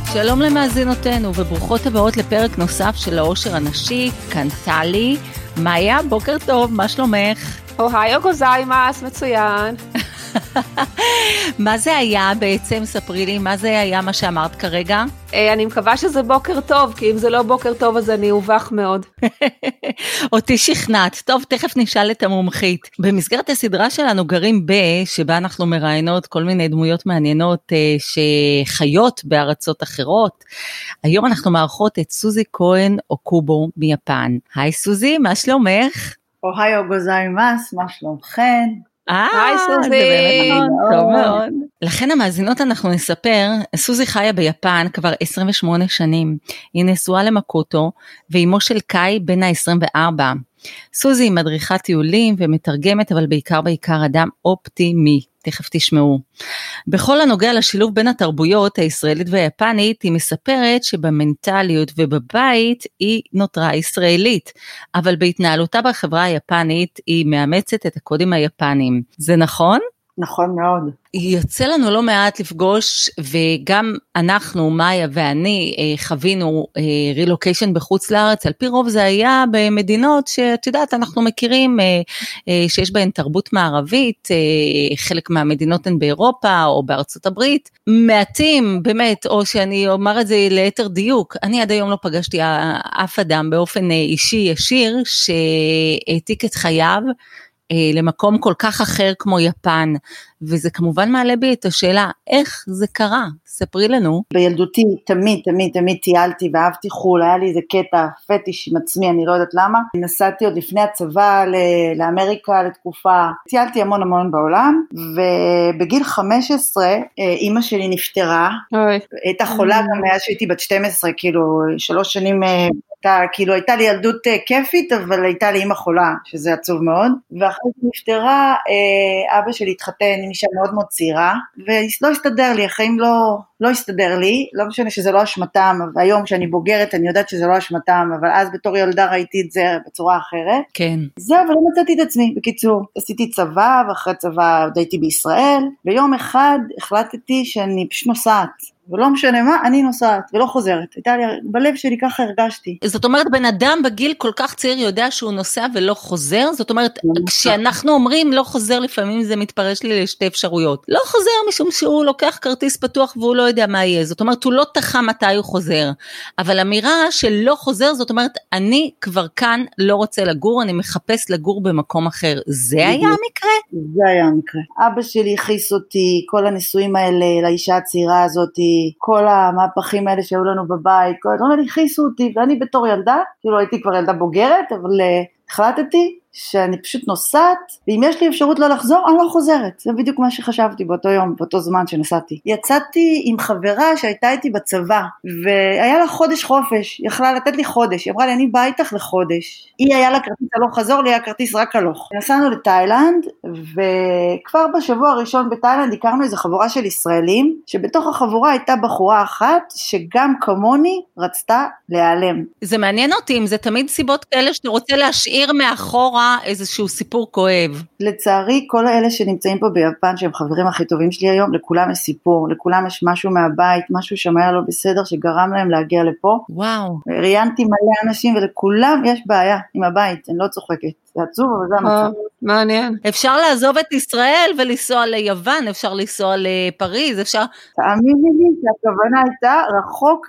שלום למאזינותינו וברוכות הבאות לפרק נוסף של העושר הנשי, כאן טלי. מאיה, בוקר טוב, מה שלומך? אוהיו גוזיימאס, מצוין. מה זה היה בעצם? ספרי לי, מה זה היה מה שאמרת כרגע? אני מקווה שזה בוקר טוב, כי אם זה לא בוקר טוב אז אני אובך מאוד. אותי שכנעת. טוב, תכף נשאל את המומחית. במסגרת הסדרה שלנו גרים שבה אנחנו מראיינות כל מיני דמויות מעניינות שחיות בארצות אחרות. היום אנחנו מארחות את סוזי כהן אוקובו מיפן. היי סוזי, מה שלומך? אוהיו גוזיימאס, מה שלומכן? היי סוזי. זה באמת טוב מאוד. לכן המאזינות אנחנו נספר, סוזי חיה ביפן כבר 28 שנים, היא נשואה למקוטו, ואימו של קאי בן ה-24. סוזי היא מדריכת טיולים ומתרגמת, אבל בעיקר אדם אופטימי, תכף תשמעו. בכל הנוגע לשילוב בין התרבויות הישראלית והיפנית, היא מספרת שבמנטליות ובבית היא נותרה ישראלית, אבל בהתנהלותה בחברה היפנית היא מאמצת את הקודים היפניים. זה נכון? נכון מאוד. יוצא לנו לא מעט לפגוש, וגם אנחנו, מאיה ואני, חווינו רילוקיישן בחוץ לארץ, על פי רוב זה היה במדינות שאת יודעת, אנחנו מכירים שיש בהן תרבות מערבית, חלק מהמדינות הן באירופה או בארצות הברית, מעטים באמת, או שאני אומר את זה ליתר דיוק, אני עד היום לא פגשתי אף אדם באופן אישי ישיר, שהעתיק את חייו, למקום כל כך אחר כמו יפן, וזה כמובן מעלה בי את השאלה, איך זה קרה? ספרי לנו. בילדותי תמיד טיילתי ואהבתי חול, היה לי איזה קטע פטיש עם עצמי, אני לא יודעת למה, נסעתי עוד לפני הצבא לאמריקה לתקופה, טיילתי המון בעולם, ובגיל 15 אמא שלי נפטרה, הייתה חולה גם מאז שהייתי בת 12, כאילו 3 שנים, כאילו הייתה לי ילדות כיפית, אבל הייתה לי אמא חולה, שזה עצוב מאוד, ואחרי שנפטרה, אבא שלי התחתן עם אישה מאוד צעירה, ולא הסתדר לי, החיים לא הסתדר לי, לא משנה שזה לא אשמתם, והיום כשאני בוגרת אני יודעת שזה לא אשמתם, אבל אז בתור ילדה ראיתי את זה בצורה אחרת. כן. זהו, ולא מצאתי את עצמי, בקיצור, עשיתי צבא, ואחרי צבא עוד הייתי בישראל, ויום אחד החלטתי שאני פשוט נוסעת, ולא משנה מה, אני נוסעת ולא חוזרת. הייתה לי, בלב שלי ככה הרגשתי. זאת אומרת, בן אדם בגיל כל כך צעיר יודע שהוא נוסע ולא חוזר, זאת אומרת, כשאנחנו אומרים לא חוזר, לפעמים זה מתפרש לי לשתי אפשרויות. לא חוזר משום שהוא לוקח כרטיס פתוח והוא לא יודע מה יהיה, זאת אומרת, הוא לא תחה מתי הוא חוזר. אבל אמירה שלא חוזר, זאת אומרת, אני כבר כאן לא רוצה לגור, אני מחפש לגור במקום אחר. זה היה המקרה? זה היה המקרה. אבא שלי הכיס אותי, כל הניסויים האלה, לאישה הצעירה הזאת, כל המהפכים האלה שהיו לנו בבית, כל הדברים הכיסו אותי, ואני בתור ילדה, כאילו הייתי כבר ילדה בוגרת, אבל החלטתי שאני פשוט נוסעת, ואם יש לי אפשרות לא לחזור, אני לא חוזרת. זה בדיוק מה שחשבתי באותו יום, באותו זמן שנסעתי. יצאתי עם חברה שהייתה איתי בצבא, והיה לה חודש חופש, יכלה לתת לי חודש, היא אמרה לי, אני באה איתך לחודש. היא היה לה כרטיס הלוך חזור, לי היה כרטיס רק הלוך. נסענו לתאילנד, וכבר בשבוע הראשון בתאילנד, הכרנו איזו חבורה של ישראלים, שבתוך החבורה הייתה בחורה אחת, שגם כמוני רצתה להיעלם. זה מעניין אותי, אם זה תמיד סיבות כאלה שאתה רוצה להשאיר מאחורה, איזשהו סיפור כואב. לצערי, כל האלה שנמצאים פה ביפן, שהם חברים הכי טובים שלי היום, לכולם יש סיפור, לכולם יש משהו מהבית, משהו שהיה לא בסדר, שגרם להם להגיע לפה. וואו. ראיינתי מלא אנשים, ולכולם יש בעיה עם הבית, אני לא צוחקת. זה עצוב, אבל זה המצב. מעניין. אפשר לעזוב את ישראל ולנסוע ליוון, אפשר לנסוע לפריז, אפשר... תאמיני לי שהכוונה הייתה רחוק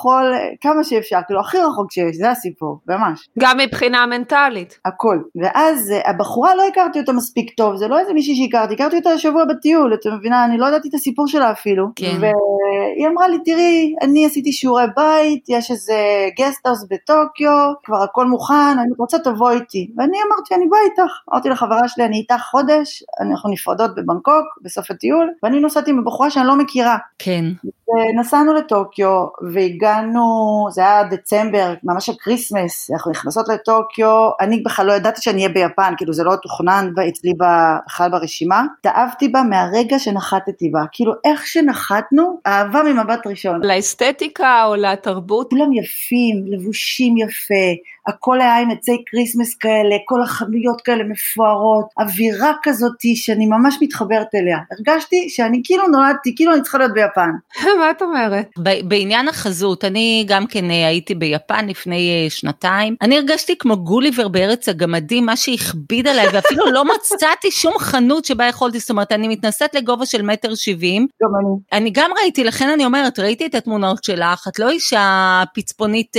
כמה שאפשר, כאילו הכי רחוק שיש, זה הסיפור, ממש. גם מבחינה מנטלית. הכל. ואז הבחורה לא הכרתי אותה מספיק טוב, זה לא איזה מישהי שהכרתי אותה השבוע בטיול, אתה מבינה, אני לא ידעתי את הסיפור שלה אפילו. כן. והיא אמרה לי, תראי, אני עשיתי שיעורי בית, יש איזה גסטהאוס בטוקיו, כבר הכל מוכן, אני רוצה תבוא איתי. ואני אמרתי, אני באה איתך. אמרתי לחברה שלי, אני איתך חודש, אנחנו נפרדות בבנקוק, בסוף הטיול, ואני נוסעתי עם בחורה שאני לא מכירה. כן. ונסענו לטוקיו, והגענו, זה היה דצמבר, ממש הקריסמס, אנחנו נכנסות לטוקיו, אני בכלל לא ידעתי שאני אהיה ביפן, כאילו זה לא תוכנן אצלי בכלל ברשימה, תאהבתי בה מהרגע שנחתתי בה, כאילו איך שנחתנו, אהבה ממבט ראשון. לאסתטיקה או לתרבות? כולם יפים, לבושים יפה, הכל היה עם עצי קריסמס כאלה, כל החנויות כאלה מפוארות, מפוארות, אווירה כזאת שאני ממש מתחברת אליה. הרגשתי שאני כאילו נולדתי, כאילו אני צריכה להיות ביפן. מה את אומרת? בעניין החזות, אני גם כן הייתי ביפן לפני שנתיים, אני הרגשתי כמו גוליבר בארץ הגמדים, מה שהכביד עליי, ואפילו לא מצאתי שום חנות שבה יכולתי, זאת אומרת, אני מתנסית לגובה של 1.70 מטר. גם אני גם ראיתי, לכן אני אומרת, ראיתי את התמונות שלך, את לא אישה פצפונית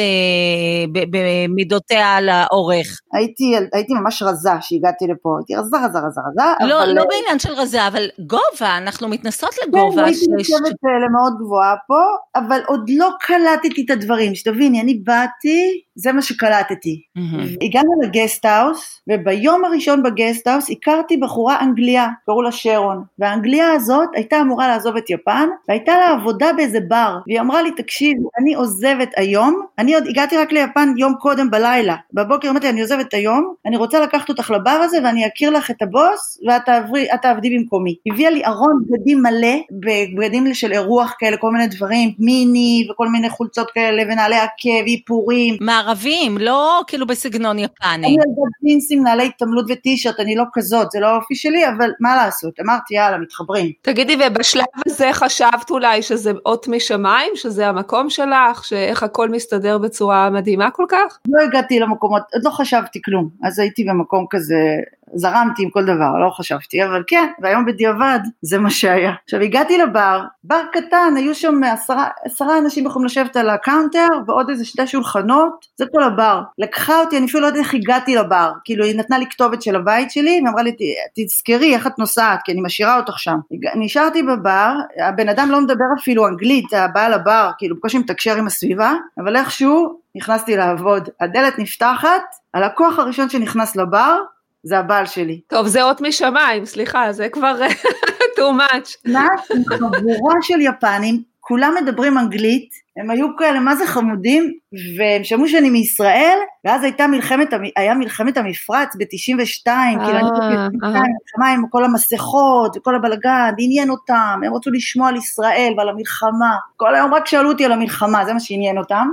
במידותיה על האורך. הייתי ממש רזה שהגעתי לפה, הייתי רזה. לא בעניין של רזה, אבל גובה, אנחנו מתנסות לגובה. כן, הייתי נחשבת למאוד גבוהה פה, אבל עוד לא קלטתי את הדברים, שתביני, אני באתי, זה מה שקלטתי. הגענו לגסט-האוס, וביום הראשון בגסט-האוס, הכרתי בחורה אנגליה, קראו לה שרון, והאנגליה הזאת הייתה אמורה לעזוב את יפן, והייתה לה עבודה באיזה בר, והיא אמרה לי, תקשיב, אני עוזבת היום, אני עוד הגעתי רק ליפן יום קודם בלילה, בבוקר אמרתי, אני עוזבת היום, אני רוצה לקחת אותך לבר הזה, ואני אכיר לך את הבוס, ואת תעבדי במקומי. הביאה לי ארון בגדים מלא, בגדים של אירוח כאלה, כל מיני דברים, מיני, וכל מיני חולצות כאלה, ונעלי עקב, איפורים. מערבים, לא כאילו בסגנון יפני. אני ילדת ג'ינסים, נעלי התעמלות וטישרט, אני לא כזאת, זה לא האופי שלי, אבל מה לעשות? אמרתי, יאללה, מתחברים. תגידי, ובשלב הזה חשבת אולי שזה אות משמיים, שזה המקום שלך, שאיך הכל מסתדר בצורה מדהימה כל כך? לא הגעתי למקומות, עוד לא חשבתי כלום, אז הייתי במקום כזה, זרמתי עם כל דבר, לא חשבתי, אבל כן, והיום בדיעבד, זה מה שהיה. עכשיו, הגעתי לבר, בר קטן, היו שם 10 אנשים יכולים לשבת על הקאונטר, ועוד איזה 2 שולחנות, זה כל הבר. לקחה אותי, אני אפילו לא יודעת איך הגעתי לבר, כאילו היא נתנה לי כתובת של הבית שלי, ואמרה לי, תזכרי איך את נוסעת, כי אני משאירה אותך שם. נשארתי בבר, הבן אדם לא מדבר אפילו אנגלית, הבעל הבר, כאילו בקושי מתקשר עם הסביבה, אבל איכשהו נכנסתי לעבוד, הדלת נפתחת, הלקוח הראשון שנכנס לבר, זה הבעל שלי. טוב, זה אות משמיים, סליחה, זה כבר too much. חבורה של יפנים, כולם מדברים אנגלית, הם היו כאלה, מה זה חמודים, והם שמעו שאני מישראל, ואז היה מלחמת המפרץ ב-92, כאילו אני מלחמה עם כל המסכות, וכל הבלגן, עניין אותם, הם רצו לשמוע על ישראל ועל המלחמה, כל היום רק שאלו אותי על המלחמה, זה מה שעניין אותם,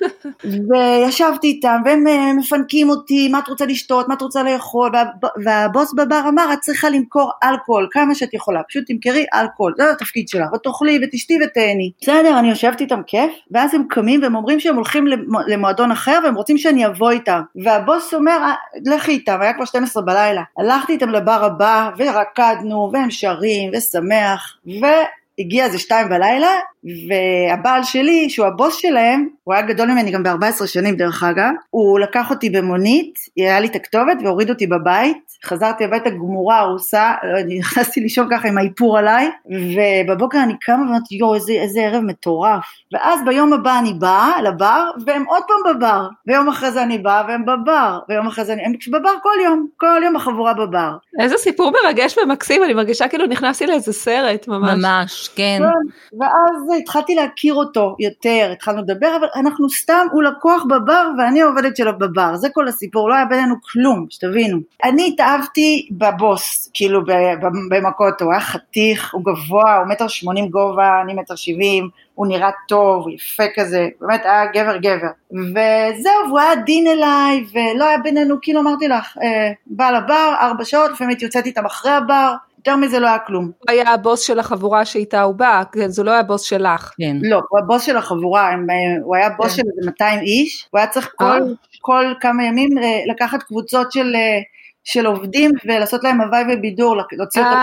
וישבתי איתם, והם מפנקים אותי, מה את רוצה לשתות, מה את רוצה לאכול, והבוס בבר אמר, את צריכה למכור אלכוהול, כמה שאת יכולה, פשוט תמכרי אלכוהול, זה התפקיד שלך, ותאכלי ותשתי ותהני. בסדר, אני יושבת איתם כיף, ואז הם קמים והם אומרים שהם הולכים למועדון אחר, והם רוצים שאני אבוא איתם, והבוס אומר, לכי איתם, היה כבר 12 בלילה, הלכתי איתם לבר הבא, ורקדנו, והם שרים, ושמח, הגיע איזה 2 בלילה, והבעל שלי, שהוא הבוס שלהם, הוא היה גדול ממני גם ב-14 שנים דרך אגב, הוא לקח אותי במונית, היה לי את הכתובת והוריד אותי בבית, חזרתי הביתה גמורה, הרוסה, אני נכנסתי לישון ככה עם האיפור עליי, ובבוקר אני קמה ואמרתי, יו, איזה ערב מטורף, ואז ביום הבא אני באה לבר, והם עוד פעם בבר, ויום אחרי זה אני באה, והם בבר, ויום אחרי זה הם בבר כל יום החבורה בבר. איזה סיפור מרגש ומקסים, אני מרגישה כאילו נכנסתי לאיזה סרט ממש. ממש, כן. ואז התחלתי להכיר אותו יותר, התחלנו לדבר, אבל אנחנו סתם, הוא לקוח בבר, ואני עובדת שלו בבר, זה כל הסיפור, לא היה בינינו כלום, שתבינו. אני התאהבתי בבוס, כאילו במכות, הוא היה חתיך, הוא גבוה, הוא 1.80 מטר גובה, אני 1.70 מטר, הוא נראה טוב, הוא יפה כזה, באמת היה גבר, וזהו, והוא היה דין אליי, ולא היה בינינו, כאילו אמרתי לך, בא לבר, 4 שעות, לפעמים הייתי יוצאת איתם אחרי הבר, יותר מזה לא היה כלום. הוא היה הבוס של החבורה שאיתה הוא בא, זה לא היה הבוס שלך. כן. לא, הוא הבוס של החבורה, הוא היה בוס של איזה 200 איש, הוא היה צריך כל כמה ימים לקחת קבוצות של עובדים, ולעשות להם הוואי ובידור, להוציא את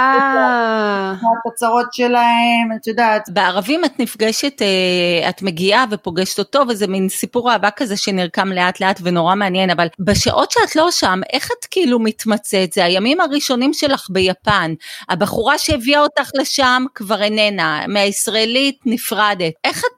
התוצרות שלהם, את יודעת. בערבים את נפגשת, את מגיעה ופוגשת אותו, וזה מין סיפור אהבה כזה שנרקם לאט לאט ונורא מעניין, אבל בשעות שאת לא שם, איך את כאילו מתמצאת? זה הימים הראשונים שלך ביפן, הבחורה שהביאה אותך לשם כבר איננה, מהישראלית נפרדת, איך את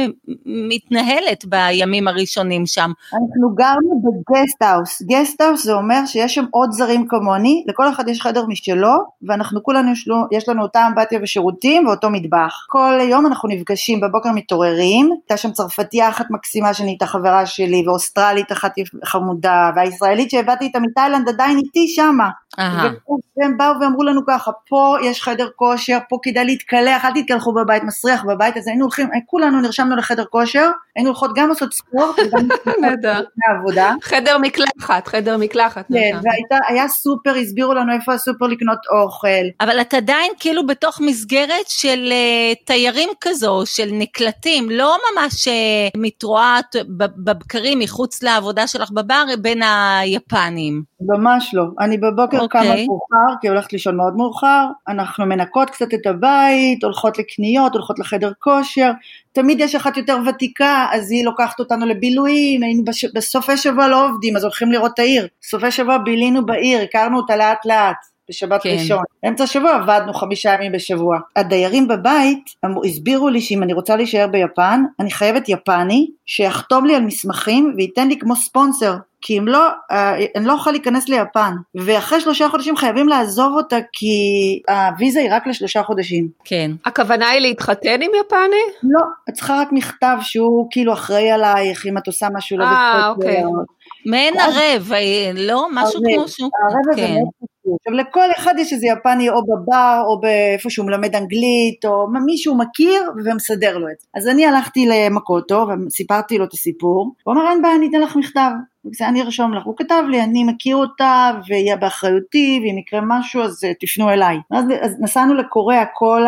מתנהלת בימים הראשונים שם? אנחנו גרנו בגסט-האוס, גסט-האוס זה אומר שיש שם עוד זרים כמוני, לכל אחד יש חדר משלו, ואנחנו כולנו יש לנו אותה אמבטיה ושירותים, ואותו מטבח. כל יום אנחנו נפגשים, בבוקר מתעוררים, הייתה שם צרפתיה אחת מקסימה שנהייתה חברה שלי, ואוסטרלית אחת חמודה, והישראלית שהבאתי איתה מתאילנד עדיין איתי שמה, והם באו ואמרו לנו ככה, פה יש חדר כושר, פה כדאי להתקלח, אל תתקלחו בבית, מסריח בבית, אז היינו הולכים, כולנו נרשמנו לחדר כושר, היינו הולכות גם לעשות ספורט, וגם לעבודה. חדר מקלחת. כן, היה סופר, הסבירו לנו איפה הסופר לקנות אוכל. אבל את עדיין כאילו בתוך מסגרת של תיירים כזו, של נקלטים, לא ממש מתרועת בבקרים מחוץ לעבודה שלך בבר בין היפנים. ממש לא, אני בבוקר קמה מאוחר, כי הולכת לישון מאוד מאוחר, אנחנו מנקות קצת את הבית, הולכות לקניות, הולכות לחדר כושר, תמיד יש אחת יותר ותיקה, אז היא לוקחת אותנו לבילויים, בסופי שבוע לא עובדים, אז הולכים לראות את העיר, סופי שבוע בילינו בעיר, הכרנו אותה לאט לאט, בשבת ראשון, באמצע השבוע עבדנו 5 ימים בשבוע, הדיירים בבית הסבירו לי שאם אני רוצה להישאר ביפן, אני חייבת יפני, שיחתום לי על מסמכים, וייתן לי כמו ספונסר, כי אם לא, אני לא אוכל להיכנס ליפן, ואחרי 3 חודשים חייבים לעזוב אותה, כי הוויזה היא רק ל3 חודשים. כן. הכוונה היא להתחתן עם יפני? לא, את צריכה רק מכתב שהוא כאילו אחראי עלייך, אם את עושה משהו לא בסדר. אוקיי. מעין ערב, לא? משהו כמו שהוא. הערב הזה מאוד חשוב. עכשיו לכל אחד יש איזה יפני או בבר, או באיפה שהוא מלמד אנגלית, או מישהו מכיר ומסדר לו את זה. אז אני הלכתי למקוטו, וסיפרתי לו את הסיפור, הוא אמר, אין בעיה, אני אתן לך מכתב. אני ארשום לך, הוא כתב לי, אני מכיר אותה, ויהיה באחריותי, ואם יקרה משהו, אז תפנו אליי. אז נסענו לקוריאה,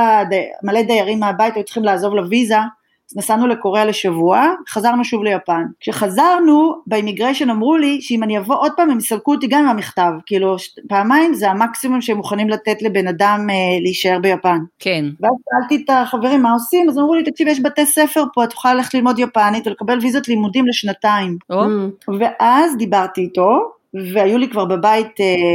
מלא דיירים מהבית, היו צריכים לעזוב לוויזה, אז נסענו לקוריאה לשבוע, חזרנו שוב ליפן. כשחזרנו, באימיגריישן אמרו לי, שאם אני אבוא עוד פעם, הם יסלקו אותי גם עם המכתב, כאילו פעמיים זה המקסימום שהם מוכנים לתת לבן אדם להישאר ביפן. כן. ואז שאלתי את החברים מה עושים, אז אמרו לי, תקשיב, יש בתי ספר פה, את יכולה ללכת ללמוד יפנית, ולקבל ויזת לימודים לשנתיים. ואז דיברתי איתו, והיו לי כבר בבית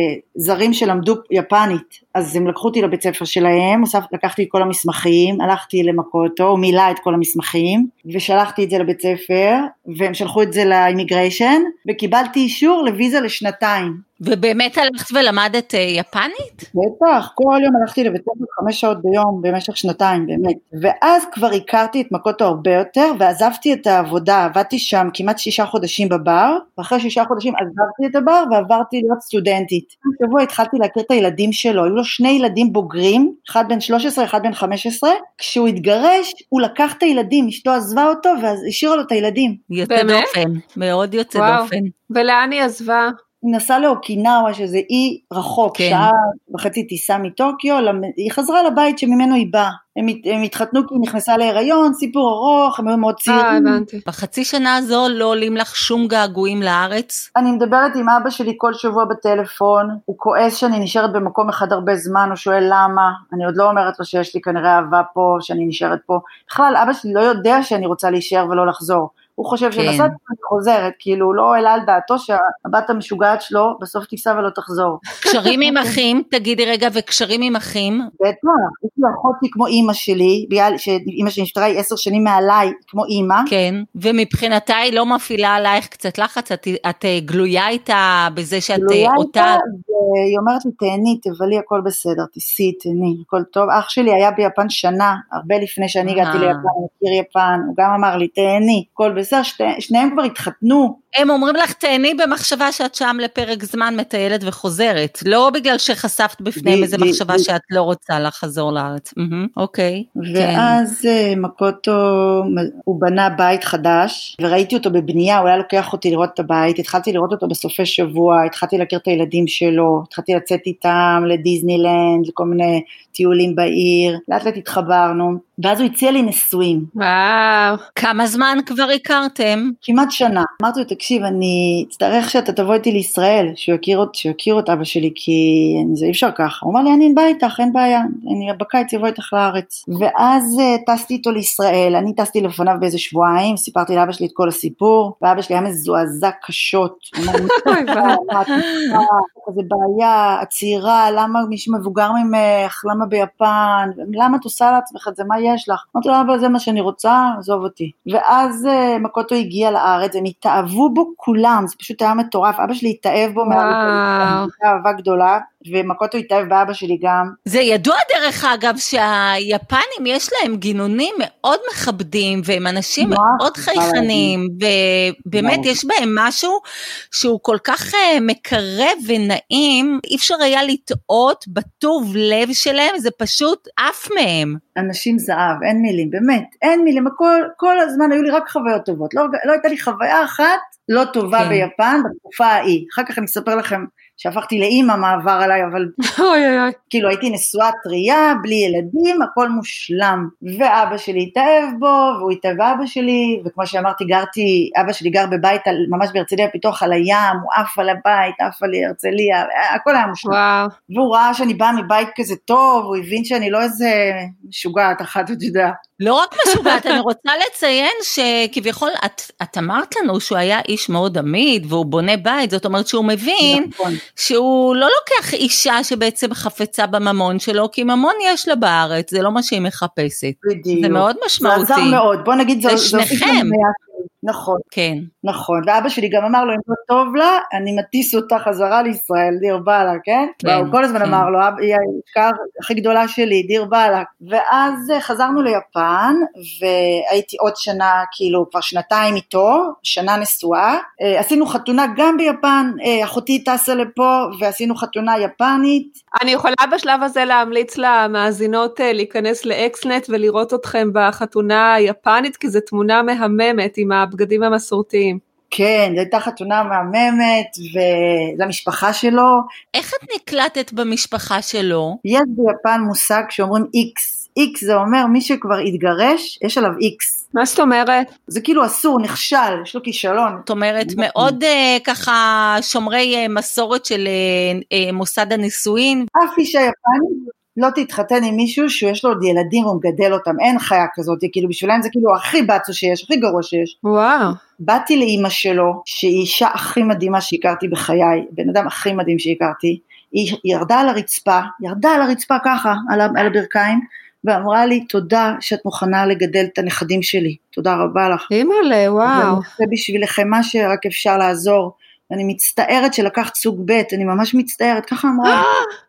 זרים שלמדו יפנית, אז הם לקחו אותי לבית ספר שלהם, לקחתי את כל המסמכים, הלכתי למקוטו, הוא מילא את כל המסמכים, ושלחתי את זה לבית ספר, והם שלחו את זה לאימיגריישן, וקיבלתי אישור לוויזה לשנתיים. ובאמת הלכת ולמדת יפנית? בטח, כל יום הלכתי לבית ספר 5 שעות ביום, במשך 2 באמת, ואז כבר הכרתי את מקוטו הרבה יותר, ועזבתי את העבודה, עבדתי שם כמעט 6 חודשים בבר, ואחרי 6 חודשים עזבתי את הבר, ועברתי להיות סטודנטית. שבוע התחלתי להכיר את הילדים שלו, היו לו 2 ילדים בוגרים, אחד בן 13, אחד בן 15, כשהוא התגרש, הוא לקח את הילדים, אשתו עזבה אותו, ואז השאירה לו את הילדים. יוצא דופן, מאוד יוצא דופן. ולאן היא עזבה? היא נסעה לאוקינאווה, שזה אי רחוק, כן. 1.5 שעה טיסה מטוקיו, היא חזרה לבית שממנו היא באה, הם התחתנו כי היא נכנסה להיריון, סיפור ארוך, הם היו מאוד צעירים. בחצי שנה הזו לא עולים לך שום געגועים לארץ? אני מדברת עם אבא שלי כל שבוע בטלפון, הוא כועס שאני נשארת במקום אחד הרבה זמן, הוא שואל למה, אני עוד לא אומרת לו שיש לי כנראה אהבה פה, שאני נשארת פה, בכלל אבא שלי לא יודע שאני רוצה להישאר ולא לחזור, הוא חושב שנסעת אני חוזרת, כאילו הוא לא העלה על דעתו שהבת המשוגעת שלו בסוף תיסע ולא תחזור. קשרים עם אחים, תגידי רגע, וקשרים עם אחים? בטח, יש לי אחותי כמו אימא שלי, שאימא שלי נפטרה היא 10 שנים מעליי, כמו אימא. כן, ומבחינתה היא לא מפעילה עלייך קצת לחץ, את גלויה איתה בזה שאת אותה... גלויה איתה, והיא אומרת לי, תהני, תבלי, הכל בסדר, תיסי, תהני, הכל טוב. אח שלי היה ביפן שנה, הרבה לפני שאני הגעתי ליפן, הוא מכיר יפן, הוא גם אמר לי, תהני, הכל בסדר, שניהם כבר התחתנו. הם אומרים לך, תהני במחשבה שאת שם לפרק זמן מטיילת וחוזרת, לא בגלל שחשפת בפניהם איזה מחשבה שאת לא רוצה לחזור לארץ. אוקיי. ואז מקוטו, הוא בנה בית חדש, וראיתי אותו בבנייה, הוא היה לוקח אותי לראות את הבית, התחלתי לראות אותו בסופי שבוע, התחלתי להכיר את הילדים שלו, התחלתי לצאת איתם לדיסנילנד, לכל מיני טיולים בעיר, לאט לאט התחברנו, ואז הוא הציע לי נישואים. וואו. כמה זמן כבר הכרתם? כמעט שנה. אמרתי לו, תקשיב, אני אצטרך שאתה תבוא איתי לישראל, שיכיר את אבא שלי, כי זה אי אפשר ככה. הוא אמר לי, אני בא איתך, אין בעיה, אני בקיץ יבוא איתך לארץ. ואז טסתי איתו לישראל, אני טסתי לפניו באיזה שבועיים, סיפרתי לאבא שלי את כל הסיפור, ואבא שלי היה מזועזע קשות. הוא אמר, זה בעיה, הצעירה, למה מישהו מבוגר ממך, למה ביפן, למה את עושה לעצמך את זה, מה יש לך? אמרתי לו, אבל זה מה שאני רוצה, עזוב אותי. ואז מקוטו הגיע לארץ, הם התאהבו בו כולם, זה פשוט היה מטורף, אבא שלי התאהב בו, אהבה גדולה, ומקוטו התאהב באבא שלי גם. זה ידוע דרך אגב, שהיפנים יש להם גינונים מאוד מכבדים, והם אנשים מאוד חייכנים, ובאמת יש בהם משהו, שהוא כל כך מקרב ונעים, אי אפשר היה לטעות בטוב לב שלהם, זה פשוט אף מהם. אנשים זהב, אין מילים, באמת, אין מילים, כל הזמן היו לי רק חוויות טובות, לא הייתה לי חוויה אחת לא טובה ביפן, בתקופה ההיא, אחר כך אני אספר לכם שהפכתי לאמא מעבר עליי, אבל כאילו הייתי נשואה טריה, בלי ילדים, הכל מושלם, ואבא שלי התאהב בו, והוא התאהב אבא שלי, וכמו שאמרתי, אבא שלי גר בבית, ממש בהרצליה פיתוח על הים, הוא עף על הבית, עף על הרצליה, הכל היה מושלם, והוא ראה שאני באה מבית כזה טוב, הוא הבין שאני לא איזה משוגעת אחת, אתה יודע. לא רק משוגעת, אני רוצה לציין שכביכול, את אמרת לנו שהוא היה איש מאוד עמיד, והוא בונה בית, זאת אומרת שהוא מבין, שהוא לא לוקח אישה שבעצם חפצה בממון שלו, כי ממון יש לה בארץ, זה לא מה שהיא מחפשת. בדיוק. זה מאוד משמעותי. זה עזר מאוד, בוא נגיד, זה שניכם. נכון, כן. נכון, ואבא שלי גם אמר לו, אם לא טוב לה, אני מטיס אותה חזרה לישראל, דיר בעלה, כן? והוא כל הזמן אמר לו, היא ההשקעה הכי גדולה שלי, דיר בעלה, ואז חזרנו ליפן, והייתי עוד שנה, כאילו כבר שנתיים איתו, שנה נשואה, עשינו חתונה גם ביפן, אחותי טסה לפה, ועשינו חתונה יפנית. אני יכולה בשלב הזה להמליץ למאזינות להיכנס לאקסנט, ולראות אתכם בחתונה היפנית, כי זו תמונה מהממת עם הבגדים המסורתיים. כן, זו הייתה חתונה מהממת, וזו המשפחה שלו. איך את נקלטת במשפחה שלו? יש ביפן מושג שאומרים X. X זה אומר מי שכבר התגרש, יש עליו X. מה זאת אומרת? זה כאילו אסור, נכשל, יש לו כישלון. זאת אומרת, מאוד ככה שומרי מסורת של מוסד הנישואין. אף אישה יפנית לא תתחתן עם מישהו שיש לו עוד ילדים והוא מגדל אותם, אין חיה כזאת, כאילו בשבילם זה כאילו הכי בצו שיש, הכי גרוע שיש. וואו. באתי לאמא שלו, שהיא אישה הכי מדהימה שהכרתי בחיי, בן אדם הכי מדהים שהכרתי, היא ירדה על הרצפה ככה, על הברכיים, ואמרה לי, תודה שאת מוכנה לגדל את הנכדים שלי, תודה רבה לך. אימא'לה, וואו. ואני עושה בשבילכם מה שרק אפשר לעזור, אני מצטערת שלקחת סוג ב', אני ממש מצטערת, ככה אמרה.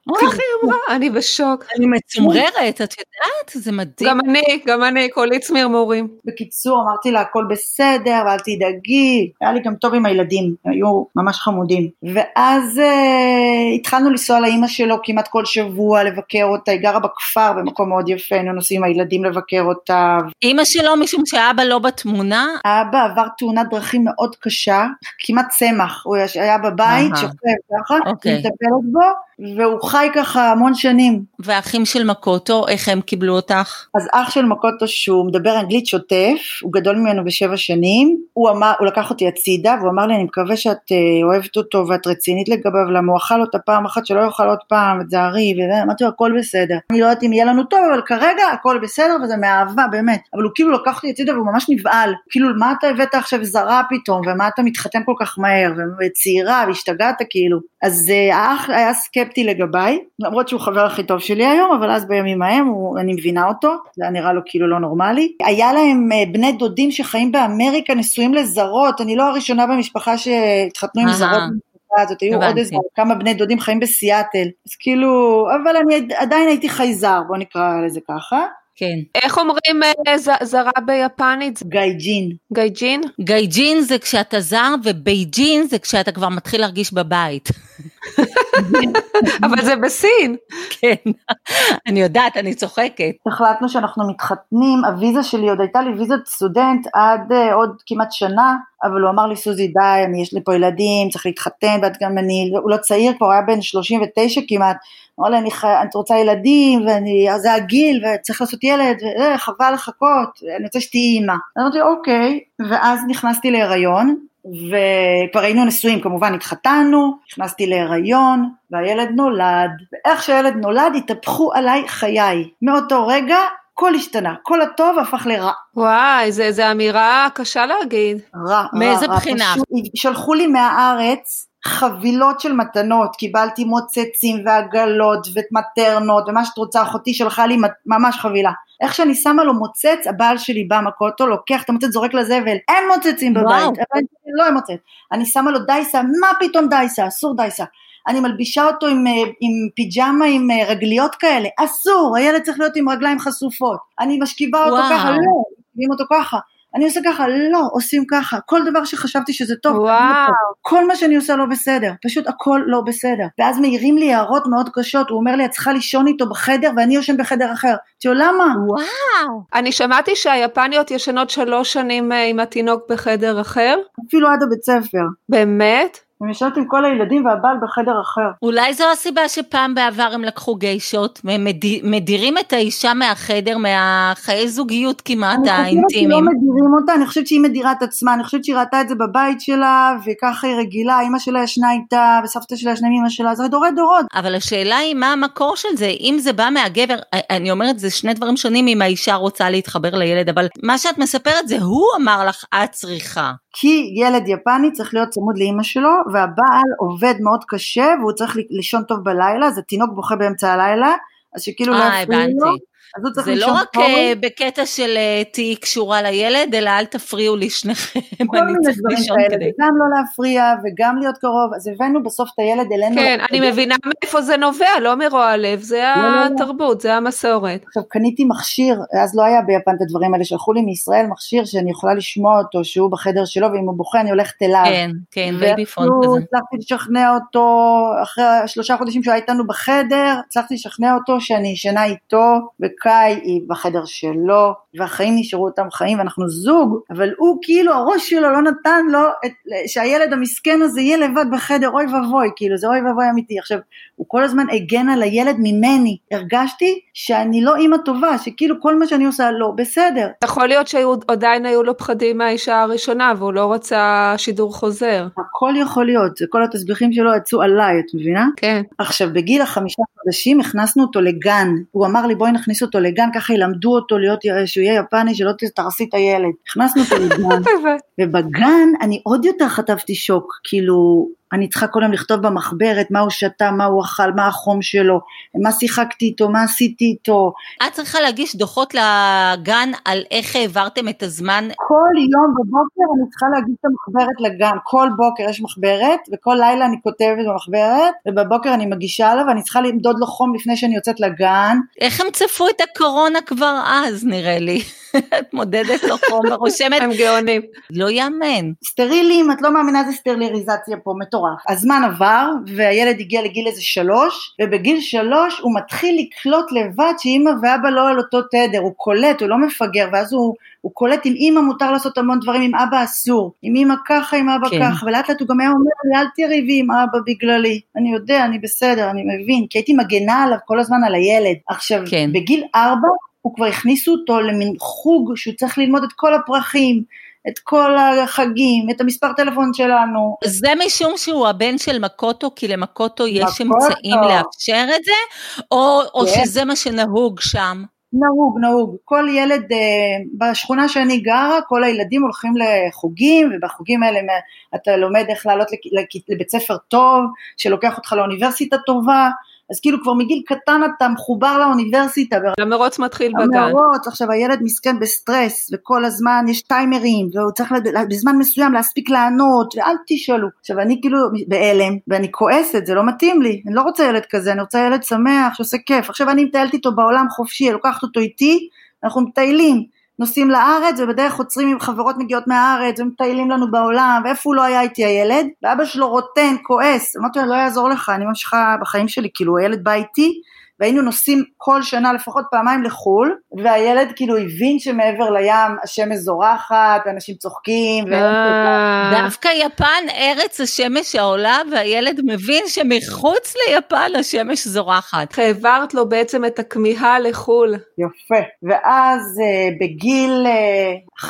אני בשוק. אני מצומררת, את יודעת? זה מדהים. גם אני, קולי צמרמורים. בקיצור, אמרתי לה, הכל בסדר, ואל תדאגי, היה לי גם טוב עם הילדים, היו ממש חמודים. ואז התחלנו לנסוע לאמא שלו כמעט כל שבוע, לבקר אותה, היא גרה בכפר, במקום מאוד יפה, היינו נוסעים עם הילדים לבקר אותה. אמא שלו, משום שאבא לא בתמונה? אבא עבר תאונת דרכים מאוד קשה, כמעט צמח, הוא היה בבית, שוכב ככה, מטפלת בו, והוא חי ככה המון שנים. והאחים של מקוטו, איך הם קיבלו אותך? אז אח של מקוטו שהוא מדבר אנגלית שוטף, הוא גדול ממנו ב7 שנים, הוא לקח אותי הצידה, והוא אמר לי, אני מקווה שאת אוהבת אותו, ואת רצינית לגביו, למה הוא אכל אותה פעם אחת, שלא יאכל עוד פעם, את זערי, ואמרתי לו, הכל בסדר. אני לא יודעת אם יהיה לנו טוב, אבל כרגע הכל בסדר, וזה מאהבה, באמת. אבל הוא כאילו לקח אותי הצידה, והוא ממש נבעל. כאילו, מה אתה הבאת עכשיו זרה פתאום, ומה אתה מתחתן כל כך מהר, וצעירה, והשתגעת כאילו. אז האח היה סקפטי לגביי, למרות שהוא חבר הכי טוב שלי היום, אבל אז בימים ההם אני מבינה אותו, זה נראה לו כאילו לא נורמלי. היה להם בני דודים שחיים באמריקה, נשואים לזרות, אני לא הראשונה במשפחה שהתחתנו עם זרות במשפחה הזאת, היו עוד איזה כמה בני דודים חיים בסיאטל, אז כאילו, אבל אני עדיין הייתי חייזר, בוא נקרא לזה ככה. כן. איך אומרים זרה ביפנית? גייג'ין. גייג'ין? גייג'ין זה כשאתה זר, ובייג'ין זה כשאתה כבר מתחיל להרגיש בבית. אבל זה בסין. כן, אני יודעת, אני צוחקת. החלטנו שאנחנו מתחתנים, הוויזה שלי עוד הייתה לי ויזת סטודנט עד עוד כמעט שנה, אבל הוא אמר לי, סוזי די, יש לי פה ילדים, צריך להתחתן, ואת גם הוא לא צעיר, כבר היה בן 39 כמעט, אמר לי, אני רוצה ילדים, זה הגיל, וצריך לעשות ילד, חבל לחכות, אני רוצה שתהי אימא. אמרתי, אוקיי, ואז נכנסתי להיריון, וכבר היינו נשואים, כמובן התחתנו, נכנסתי להיריון, והילד נולד, ואיך שהילד נולד, התהפכו עליי חיי. מאותו רגע, כל השתנה, כל הטוב הפך לרע. וואי, זה אמירה קשה להגיד. רע, מאיזה בחינה? שלחו לי מהארץ חבילות של מתנות, קיבלתי מוצצים ועגלות ומטרנות, ומה שאת רוצה, אחותי שלחה לי ממש חבילה. איך שאני שמה לו מוצץ, הבעל שלי בא מקוטו, לוקח את המוצץ, זורק לזבל, אין מוצצים בבית, לא אין מוצץ. אני שמה לו דייסה, מה פתאום דייסה, אסור דייסה. אני מלבישה אותו עם פיג'מה, עם רגליות כאלה, אסור, הילד צריך להיות עם רגליים חשופות. אני משכיבה אותו ככה, לא, משכיבים אותו ככה. אני עושה ככה, לא, עושים ככה, כל דבר שחשבתי שזה טוב, כל מה שאני עושה לא בסדר, פשוט הכל לא בסדר, ואז מעירים לי הערות מאוד קשות, הוא אומר לי, את צריכה לישון איתו בחדר, ואני יושן בחדר אחר, תראו, למה? וואו. אני שמעתי שהיפניות ישנות 3 שנים עם התינוק בחדר אחר. אפילו עד הבית ספר. באמת? הם ישנות עם כל הילדים והבעל בחדר אחר. אולי זו הסיבה שפעם בעבר הם לקחו גיישות, והם מדירים את האישה מהחדר, מהחיי זוגיות כמעט האינטימיים. אני חושבת שלא מדירים אותה, אני חושבת שהיא מדירה את עצמה, אני חושבת שהיא ראתה את זה בבית שלה, וככה היא רגילה, אמא שלה ישנה איתה, וסבתא שלה ישנה עם אמא שלה, זה דורי דורות. אבל השאלה היא מה המקור של זה, אם זה בא מהגבר, אני אומרת, זה שני דברים שונים אם האישה רוצה להתחבר לילד, אבל מה שאת מספרת זה, הוא אמר לך, את צריכה. כי ילד יפני צריך להיות צמוד לאמא שלו, והבעל עובד מאוד קשה, והוא צריך לישון טוב בלילה, זה תינוק בוכה באמצע הלילה, אז שכאילו לא יפריעו לו. זה לא רק בקטע של תהי קשורה לילד, אלא אל תפריעו לי שניכם. כל מיני דברים כאלה, גם לא להפריע וגם להיות קרוב, אז הבאנו בסוף את הילד אלינו. כן, אני מבינה מאיפה זה נובע, לא מרוע לב, זה התרבות, זה המסורת. עכשיו קניתי מכשיר, אז לא היה ביפן את הדברים האלה, שלחו לי מישראל מכשיר שאני יכולה לשמוע אותו, שהוא בחדר שלו, ואם הוא בוכה אני הולכת אליו. כן, כן, בייבי פון כזה. הצלחתי לשכנע אותו, אחרי 3 חודשים שהוא היה איתנו בחדר, הצלחתי לשכנע אותו שאני ישנה איתו, קאי היא בחדר שלו, והחיים נשארו אותם חיים, ואנחנו זוג, אבל הוא כאילו, הראש שלו לא נתן לו, שהילד המסכן הזה יהיה לבד בחדר, אוי ובוי, כאילו, זה אוי ובוי אמיתי. עכשיו, הוא כל הזמן הגן על הילד ממני, הרגשתי שאני לא אימא טובה, שכאילו כל מה שאני עושה לא בסדר. יכול להיות שעדיין היו לו פחדים מהאישה הראשונה, והוא לא רצה שידור חוזר. הכל יכול להיות, כל התסביכים שלו יצאו עליי, את מבינה? כן. עכשיו, בגיל 5 חודשים הכנסנו אותו לגן, הוא אמר לי בואי נכניס אותו לגן, ככה ילמדו אותו להיות, שהוא יהיה יפני, שלא תרסי את הילד. הכנסנו אותו לגן, ובגן אני עוד יותר חטפתי שוק, כאילו, אני צריכה כל היום לכתוב במחברת, מה הוא שתה, מה הוא אכל, מה החום שלו, מה שיחקתי איתו, מה עשיתי איתו. את צריכה להגיש דוחות לגן על איך העברתם את הזמן? כל יום בבוקר אני צריכה להגיש את המחברת לגן, כל בוקר יש מחברת, וכל לילה אני כותבת במחברת, ובבוקר אני מגישה עליו, ואני צריכה למדוד לו חום לפני שאני יוצאת לגן. איך הם צפו את הקורונה כבר אז, נראה לי? את מודדת לו חום ורושמת. הם גאונים. לא יאמן. סטרילים, את לא מאמינה זה סטריליזציה פה, מטורף. הזמן עבר, והילד הגיע לגיל איזה 3, ובגיל 3 הוא מתחיל לקלוט לבד שאמא ואבא לא על אותו תדר, הוא קולט, הוא לא מפגר, ואז הוא קולט עם אמא מותר לעשות המון דברים, עם אבא אסור, עם אמא ככה, עם אבא ככה, ולאט לאט הוא גם היה אומר לי, אל תריבי עם אבא בגללי, אני יודע, אני בסדר, אני מבין, כי הייתי מגנה עליו כל הזמן על הילד. עכשיו, בגיל 4, הוא כבר הכניסו אותו למין חוג, שהוא צריך ללמוד את כל הפרחים, את כל החגים, את המספר טלפון שלנו. זה משום שהוא הבן של מקוטו, כי למקוטו יש אמצעים לאפשר את זה, או שזה מה שנהוג שם? נהוג. כל ילד, בשכונה שאני גרה, כל הילדים הולכים לחוגים, ובחוגים האלה אתה לומד איך לעלות לבית ספר טוב, שלוקח אותך לאוניברסיטה טובה, אז כאילו כבר מגיל קטן אתה מחובר לאוניברסיטה. המרוץ מתחיל בגן. המרוץ, עכשיו הילד מסכן בסטרס, וכל הזמן יש טיימרים, והוא צריך בזמן מסוים להספיק לענות, ואל תשאלו. עכשיו אני כאילו באלם, ואני כועסת, זה לא מתאים לי, אני לא רוצה ילד כזה, אני רוצה ילד שמח, שעושה כיף. עכשיו אני מטיילת איתו בעולם חופשי, לוקחת אותו איתי, אנחנו מטיילים. נוסעים לארץ, ובדרך חוצרים עם חברות מגיעות מהארץ, ומטיילים לנו בעולם, ואיפה הוא לא היה איתי הילד, ואבא שלו רוטן, כועס, אמרתי לו, לא יעזור לך, אני ממשיכה בחיים שלי, כאילו הילד בא איתי, והיינו נוסעים כל שנה לפחות פעמיים לחול, והילד כאילו הבין שמעבר לים השמש זורחת, ואנשים צוחקים, דווקא יפן ארץ השמש העולה, והילד מבין שמחוץ ליפן השמש זורחת. העברת לו בעצם את הכמיהה לחול. יפה, ואז בגיל 11-12,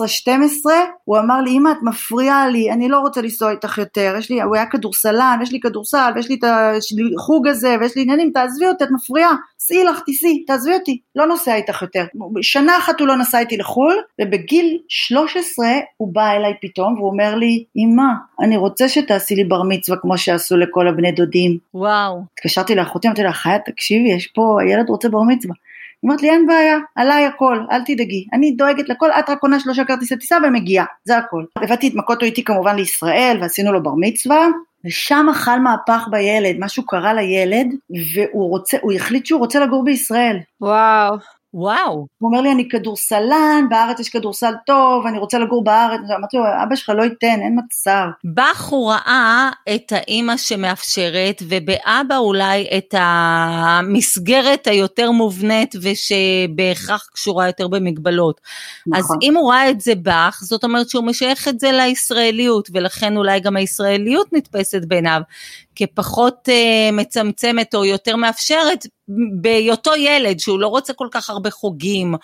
הוא אמר לי, אמא את מפריעה לי, אני לא רוצה לנסוע איתך יותר, הוא היה כדורסלן, יש לי כדורסל, ויש לי את החוג הזה, ויש לי עניינים, תעזבי אותי, את מפריעה, סעי לך, תיסי, תעזבי אותי, לא נוסע איתך יותר. שנה אחת הוא לא נסע איתי לחול, ובגיל 13 הוא בא אליי פתאום, והוא אומר לי, אמא, אני רוצה שתעשי לי בר מצווה, כמו שעשו לכל הבני דודים. וואו. התקשרתי לאחותי, אמרתי לה, חיה, תקשיבי, יש פה, הילד רוצה בר מצווה. היא אומרת לי, אין בעיה, עליי הכל, אל תדאגי, אני דואגת לכל, את רק קונה 3 כרטיסי טיסה ומגיעה, זה הכל. הבאתי את מקוטו איתי כמובן לישראל, ועשינו לו בר מצווה, ושם אכל מהפך בילד, משהו קרה לילד, הוא החליט שהוא רוצה לגור בישראל. וואו. וואו. הוא אומר לי, אני כדורסלן, בארץ יש כדורסל טוב, אני רוצה לגור בארץ, אמרתי לו, אבא שלך לא ייתן, אין מצב. בך הוא ראה את האמא שמאפשרת, ובאבא אולי את המסגרת היותר מובנית, ושבהכרח קשורה יותר במגבלות. נכון. אז אם הוא ראה את זה בך, זאת אומרת שהוא משייך את זה לישראליות, ולכן אולי גם הישראליות נתפסת בעיניו, כפחות מצמצמת או יותר מאפשרת, בהיותו ילד שהוא לא רוצה כל כך הרבה חוגים,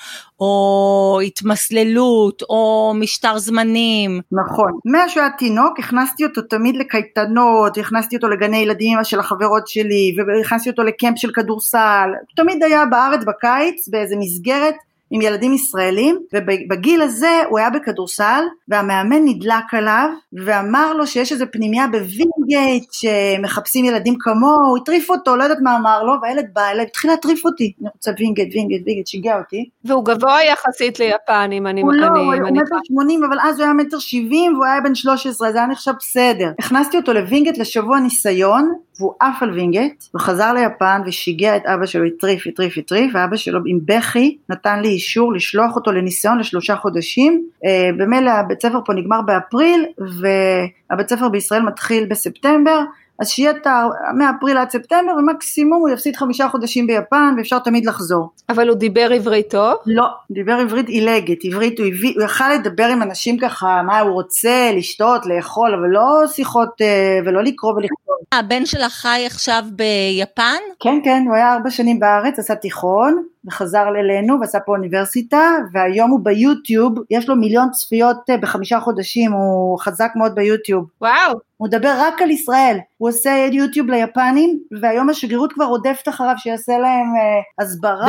או התמסללות, או משטר זמנים. נכון, שהוא היה תינוק, הכנסתי אותו תמיד לקייטנות, הכנסתי אותו לגני ילדים של החברות שלי, והכנסתי אותו לקמפ של כדורסל, תמיד היה בארץ בקיץ, באיזה מסגרת, עם ילדים ישראלים, ובגיל הזה הוא היה בכדורסל, והמאמן נדלק עליו, ואמר לו שיש איזה פנימיה בווינגייט, שמחפשים ילדים כמוהו, הוא הטריף אותו, לא יודעת מה אמר לו, והילד בא אליי, התחיל להטריף אותי, אני רוצה וינגייט, שיגע אותי. והוא גבוה יחסית ליפנים, הוא לא, הוא 1.80, אבל אז הוא היה 1.70, והוא היה בן 13, זה היה נחשב בסדר. הכנסתי אותו לווינגייט לשבוע ניסיון, והוא עף על וינגייט, וחזר ליפן ושיגע את אבא שלו, הטריף, ואבא שלו עם בכי נתן לי אישור לשלוח אותו לניסיון ל3 חודשים, במילא הבית ספר פה נגמר באפריל, והבית ספר בישראל מתחיל בספטמבר, אז שיהיה מאפריל עד ספטמבר, ומקסימום הוא יפסיד 5 חודשים ביפן, ואפשר תמיד לחזור. אבל הוא דיבר עברית טוב? לא, דיבר עברית עילגת, עברית הוא יכל לדבר עם אנשים ככה, מה הוא רוצה, לשתות, לאכול, אבל לא שיחות, ולא לקרוא ולכתוב. הבן שלך חי עכשיו ביפן? כן, הוא היה 4 שנים בארץ, עשה תיכון, וחזר אלינו, ועשה פה אוניברסיטה, והיום הוא ביוטיוב, יש לו 1,000,000 צפיות ב5 חודשים, הוא חזק מאוד ביוטיוב. וואו. הוא מדבר רק על ישראל, הוא עושה יוטיוב ליפנים, והיום השגרירות כבר רודפת אחריו, שיעשה להם הסברה.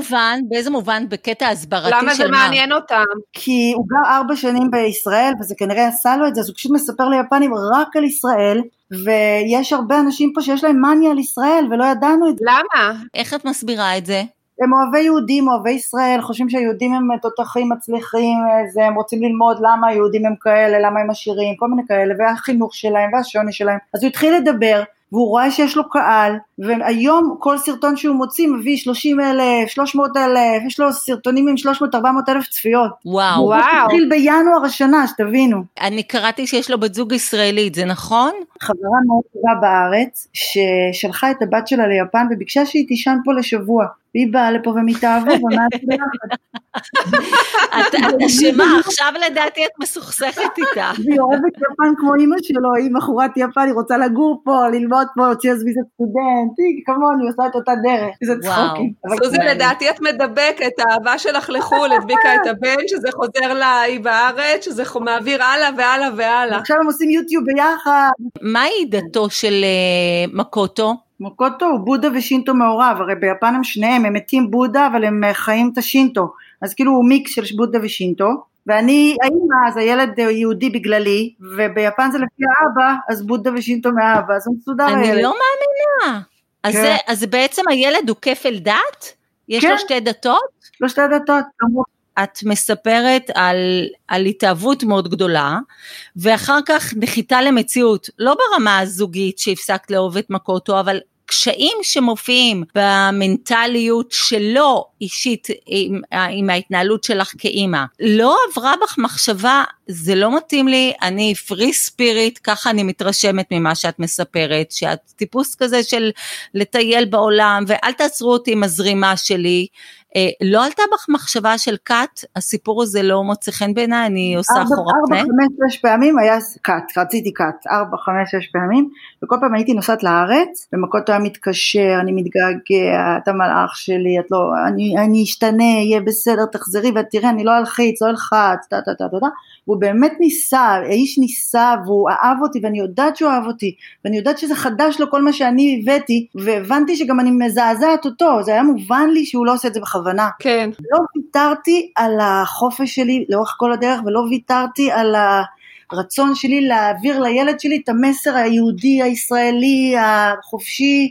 באיזה מובן בקטע הסברתי של מה? למה זה מעניין אותם? כי הוא גר 4 שנים בישראל, וזה כנראה עשה לו את זה, אז הוא פשוט מספר ליפנים רק על ישראל, ויש הרבה אנשים פה שיש להם מניה על ישראל, ולא ידענו את זה. למה? איך את מסבירה את זה? הם אוהבי יהודים, אוהבי ישראל, חושבים שהיהודים הם תותחים מצליחים, הם רוצים ללמוד למה היהודים הם כאלה, למה הם עשירים, כל מיני כאלה, והחינוך שלהם והשוני שלהם. אז הוא התחיל לדבר, והוא רואה שיש לו קהל, והיום כל סרטון שהוא מוציא מביא 30,000, 300,000, יש לו סרטונים עם 300-400,000 צפיות. וואו. הוא התחיל בינואר השנה, שתבינו. אני קראתי שיש לו בת זוג ישראלית, זה נכון? חברה מאוד טובה בארץ, ששלחה את הבת שלה ליפן, וביקשה שהיא תישן פה לשבוע. והיא באה לפה ומתאהבו, ומעט ביחד. את אשמה, עכשיו לדעתי את מסוכסכת איתה. והיא אוהבת יפן כמו אמא שלו, היא בחורת יפן, היא רוצה לגור פה, ללמוד פה, הוציאה ויזת סטודנט, כמוני, היא עושה את אותה דרך. זה צחוקים. סוזי, לדעתי את מדבקת, האהבה שלך לחול, הדביקה את הבן, שזה חוזר לה בארץ, שזה מעביר הלאה והלאה והלאה. עכשיו הם עושים יוטיוב ביחד. מהי דתו של מקוטו? מקוטו הוא בודה ושינטו מעורב, הרי ביפן הם שניהם, הם מתים בודה, אבל הם חיים את השינטו, אז כאילו הוא מיקס של בודה ושינטו, ואני, האמא, אז הילד יהודי בגללי, וביפן זה לפי האבא, אז בודה ושינטו מהאבא, אז הוא מסודר הילד. אני לא מאמינה. כן. אז בעצם הילד הוא כפל דת? יש לו 2 דתות? לו 2 דתות, את מספרת על התאהבות מאוד גדולה, ואחר כך נחיתה למציאות, לא ברמה הזוגית שהפסקת לאהוב את מקוטו, אבל קשיים שמופיעים במנטליות שלו אישית עם ההתנהלות שלך כאימא. לא עברה בך מחשבה, זה לא מתאים לי, אני פרי ספיריט, ככה אני מתרשמת ממה שאת מספרת, שאת טיפוס כזה של לטייל בעולם, ואל תעצרו אותי עם הזרימה שלי, לא עלתה בך מחשבה של קאט, הסיפור הזה לא מוצא חן בעיניי, אני עושה חורת פנה? 4-5-6 פעמים היה קאט, רציתי קאט, 4-5-6 פעמים, וכל פעם הייתי נוסעת לארץ, ומקוטו היה מתקשר, אני מתגעגע, את המלאך שלי, את לא, אני אשתנה, יהיה בסדר, תחזרי, ואת תראה, אני לא אלחיץ, לא אלחץ, והוא באמת ניסה, האיש ניסה, והוא אהב אותי, ואני יודעת שהוא אהב אותי, ואני יודעת שזה חדש לו כל מה שאני הבאתי, והבנתי שגם אני מזעזעת אותו, זה היה מובן לי שהוא לא עושה את זה בכוונה. כן. לא ויתרתי על החופש שלי לאורך כל הדרך, ולא ויתרתי על הרצון שלי להעביר לילד שלי את המסר היהודי, הישראלי, החופשי,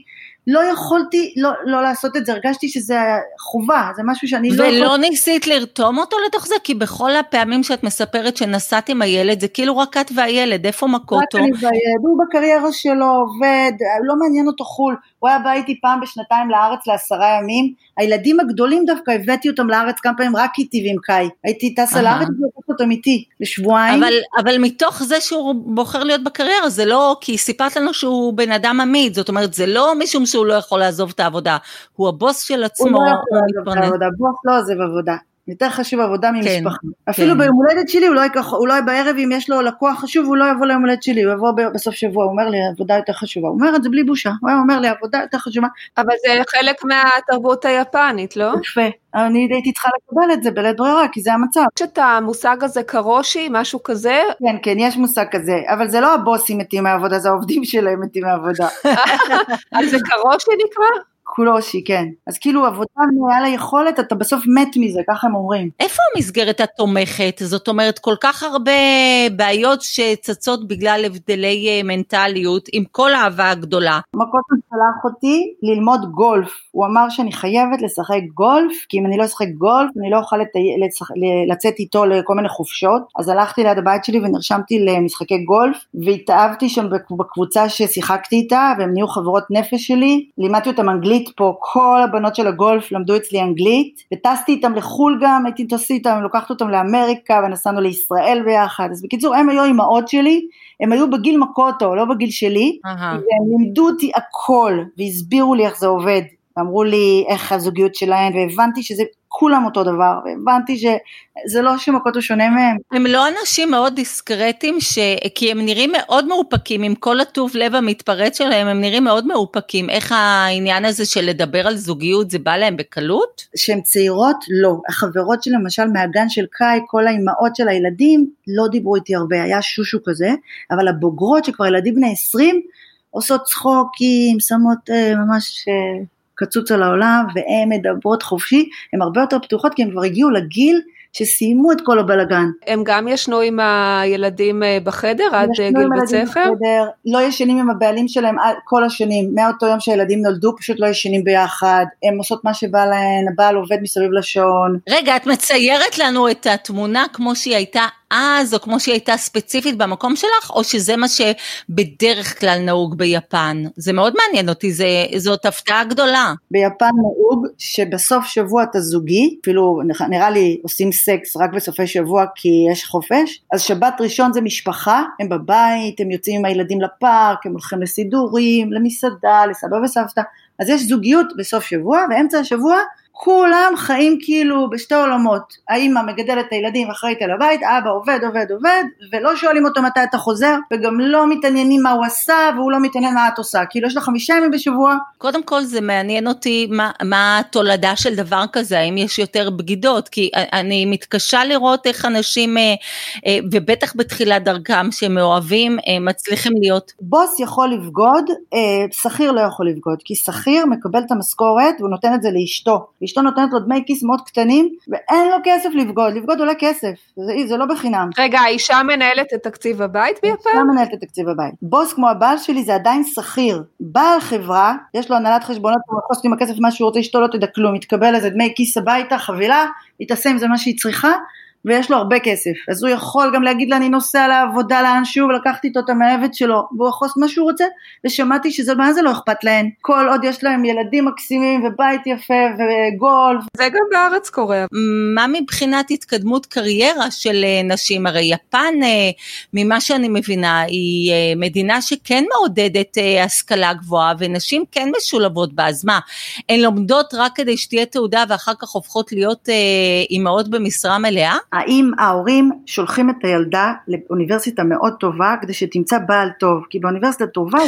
לא יכולתי לא לעשות את זה, הרגשתי שזה חובה, זה משהו שאני לא... ולא ניסית לרתום אותו לתוך זה, כי בכל הפעמים שאת מספרת שנסעת עם הילד, זה כאילו רק את והילד, איפה מקוטו? רק אני והילד, הוא בקריירה שלו עובד, לא מעניין אותו חול, הוא היה בא איתי פעם בשנתיים לארץ ל10 ימים, הילדים הגדולים דווקא הבאתי אותם לארץ כמה פעמים רק איתי ועם קאי, הייתי טסה לארץ ולקחת אותם איתי לשבועיים. אבל מתוך זה שהוא בוחר להיות בקריירה, זה לא, כי סיפרת לנו שהוא בן אדם עמיד, זאת אומרת, זה לא משום שהוא לא יכול לעזוב את העבודה, הוא הבוס של עצמו. הוא לא יכול לעזוב את העבודה, בוס לא עוזב עבודה. יותר חשוב עבודה ממשפחה. אפילו ביום הולדת שלי, הוא לא בערב, אם יש לו לקוח חשוב, הוא לא יבוא ליום הולדת שלי, הוא יבוא בסוף שבוע, הוא אומר לי, עבודה יותר חשובה. הוא אומר את זה בלי בושה, הוא אומר לי, עבודה יותר חשובה. אבל זה חלק מהתרבות היפנית, לא? יפה. אני הייתי צריכה לקבל את זה בלית ברירה, כי זה המצב. יש את המושג הזה קרושי, משהו כזה? כן, יש מושג כזה, אבל זה לא הבוסים מתים מהעבודה, זה העובדים שלהם מתים מהעבודה. אז זה קרושי נקרא? קולושי, כן. אז כאילו עבודה מעל היכולת, אתה בסוף מת מזה, ככה הם אומרים. איפה המסגרת התומכת? זאת אומרת, כל כך הרבה בעיות שצצות בגלל הבדלי מנטליות, עם כל האהבה הגדולה. מקוטו שלח אותי ללמוד גולף. הוא אמר שאני חייבת לשחק גולף, כי אם אני לא אשחק גולף, אני לא אוכל לצאת איתו לכל מיני חופשות. אז הלכתי ליד הבית שלי ונרשמתי למשחקי גולף, והתאהבתי שם בקבוצה ששיחקתי איתה, והם נהיו חברות נפש שלי. לימדתי אותם אנגלית פה, כל הבנות של הגולף למדו אצלי אנגלית, וטסתי איתם לחול גם, הייתי טוסי איתם, לוקחת אותם לאמריקה, ונסענו לישראל ביחד. אז בקיצור, הם היו אימהות שלי, הם היו בגיל מקוטו, לא בגיל שלי, והם לימדו אותי הכל, והסבירו לי איך זה עובד, ואמרו לי איך הזוגיות שלהם, והבנתי שזה כולם אותו דבר, והבנתי שזה לא שמקוטו שונה מהם. הם לא אנשים מאוד דיסקרטיים, כי הם נראים מאוד מאופקים, עם כל הטוב לב המתפרץ שלהם, הם נראים מאוד מאופקים. איך העניין הזה של לדבר על זוגיות, זה בא להם בקלות? שהן צעירות, לא. החברות של למשל מהגן של קאי, כל האימהות של הילדים, לא דיברו איתי הרבה, היה שושו כזה, אבל הבוגרות שכבר ילדים בני 20, עושות צחוקים, שמות ממש... קצוץ על העולם, והן מדברות חופשי, הן הרבה יותר פתוחות, כי הן כבר הגיעו לגיל, שסיימו את כל הבלגן. הם גם ישנו עם הילדים בחדר, עד גיל בית ספר? לא ישנים עם הבעלים שלהם כל השנים, מאותו יום שהילדים נולדו, פשוט לא ישנים ביחד, הם עושות מה שבא להן, הבעל עובד מסביב לשעון. רגע, את מציירת לנו את התמונה כמו שהיא הייתה אז, או כמו שהיא הייתה ספציפית במקום שלך, או שזה מה שבדרך כלל נהוג ביפן? זה מאוד מעניין אותי, זאת הפתעה גדולה. ביפן נהוג שבסוף שבוע אתה זוגי, אפילו נראה לי עושים סקס רק בסופי שבוע כי יש חופש, אז שבת ראשון זה משפחה, הם בבית, הם יוצאים עם הילדים לפארק, הם הולכים לסידורים, למסעדה, לסבא וסבתא, אז יש זוגיות בסוף שבוע, ואמצע השבוע כולם חיים כאילו בשתי עולמות, האמא מגדלת את הילדים אחראית על הבית, אבא עובד, ולא שואלים אותו מתי אתה חוזר, וגם לא מתעניינים מה הוא עשה, והוא לא מתעניין מה את עושה, כאילו יש לה 5 ימים בשבוע. קודם כל זה מעניין אותי מה התולדה של דבר כזה, האם יש יותר בגידות, כי אני מתקשה לראות איך אנשים, ובטח בתחילת דרכם שמאוהבים, מצליחים להיות. בוס יכול לבגוד, שכיר לא יכול לבגוד, כי שכיר מקבל את המשכורת, והוא נותן את זה לאשתו, אשתו נותנת לו דמי כיס מאוד קטנים, ואין לו כסף לבגוד, לבגוד עולה כסף, זה לא בחינם. רגע, האישה מנהלת את תקציב הבית ביפן? האישה מנהלת את תקציב הבית. בוס כמו הבעל שלי זה עדיין שכיר, בעל חברה, יש לו הנהלת חשבונות, הוא מחוס עם הכסף מה שהוא רוצה, אשתו לא תדע כלום, מתקבל איזה דמי כיס הביתה, חבילה, יתעשה עם זה מה שהיא צריכה, ויש לו הרבה כסף, אז הוא יכול גם להגיד לה, אני נוסע לעבודה לאנשהו, ולקחתי איתו את המעבד שלו, והוא יכול מה שהוא רוצה, ושמעתי שזה מה זה לא אכפת להן, כל עוד יש להם ילדים מקסימים, ובית יפה, וגולף. זה גם בארץ קורה. מה מבחינת התקדמות קריירה של נשים? הרי יפן, ממה שאני מבינה, היא מדינה שכן מעודדת השכלה גבוהה, ונשים כן משולבות בה, אז מה, הן לומדות רק כדי שתהיה תעודה, ואחר כך הופכות להיות אימהות במשרה מלאה? האם ההורים שולחים את הילדה לאוניברסיטה מאוד טובה, כדי שתמצא בעל טוב, כי באוניברסיטה טובה,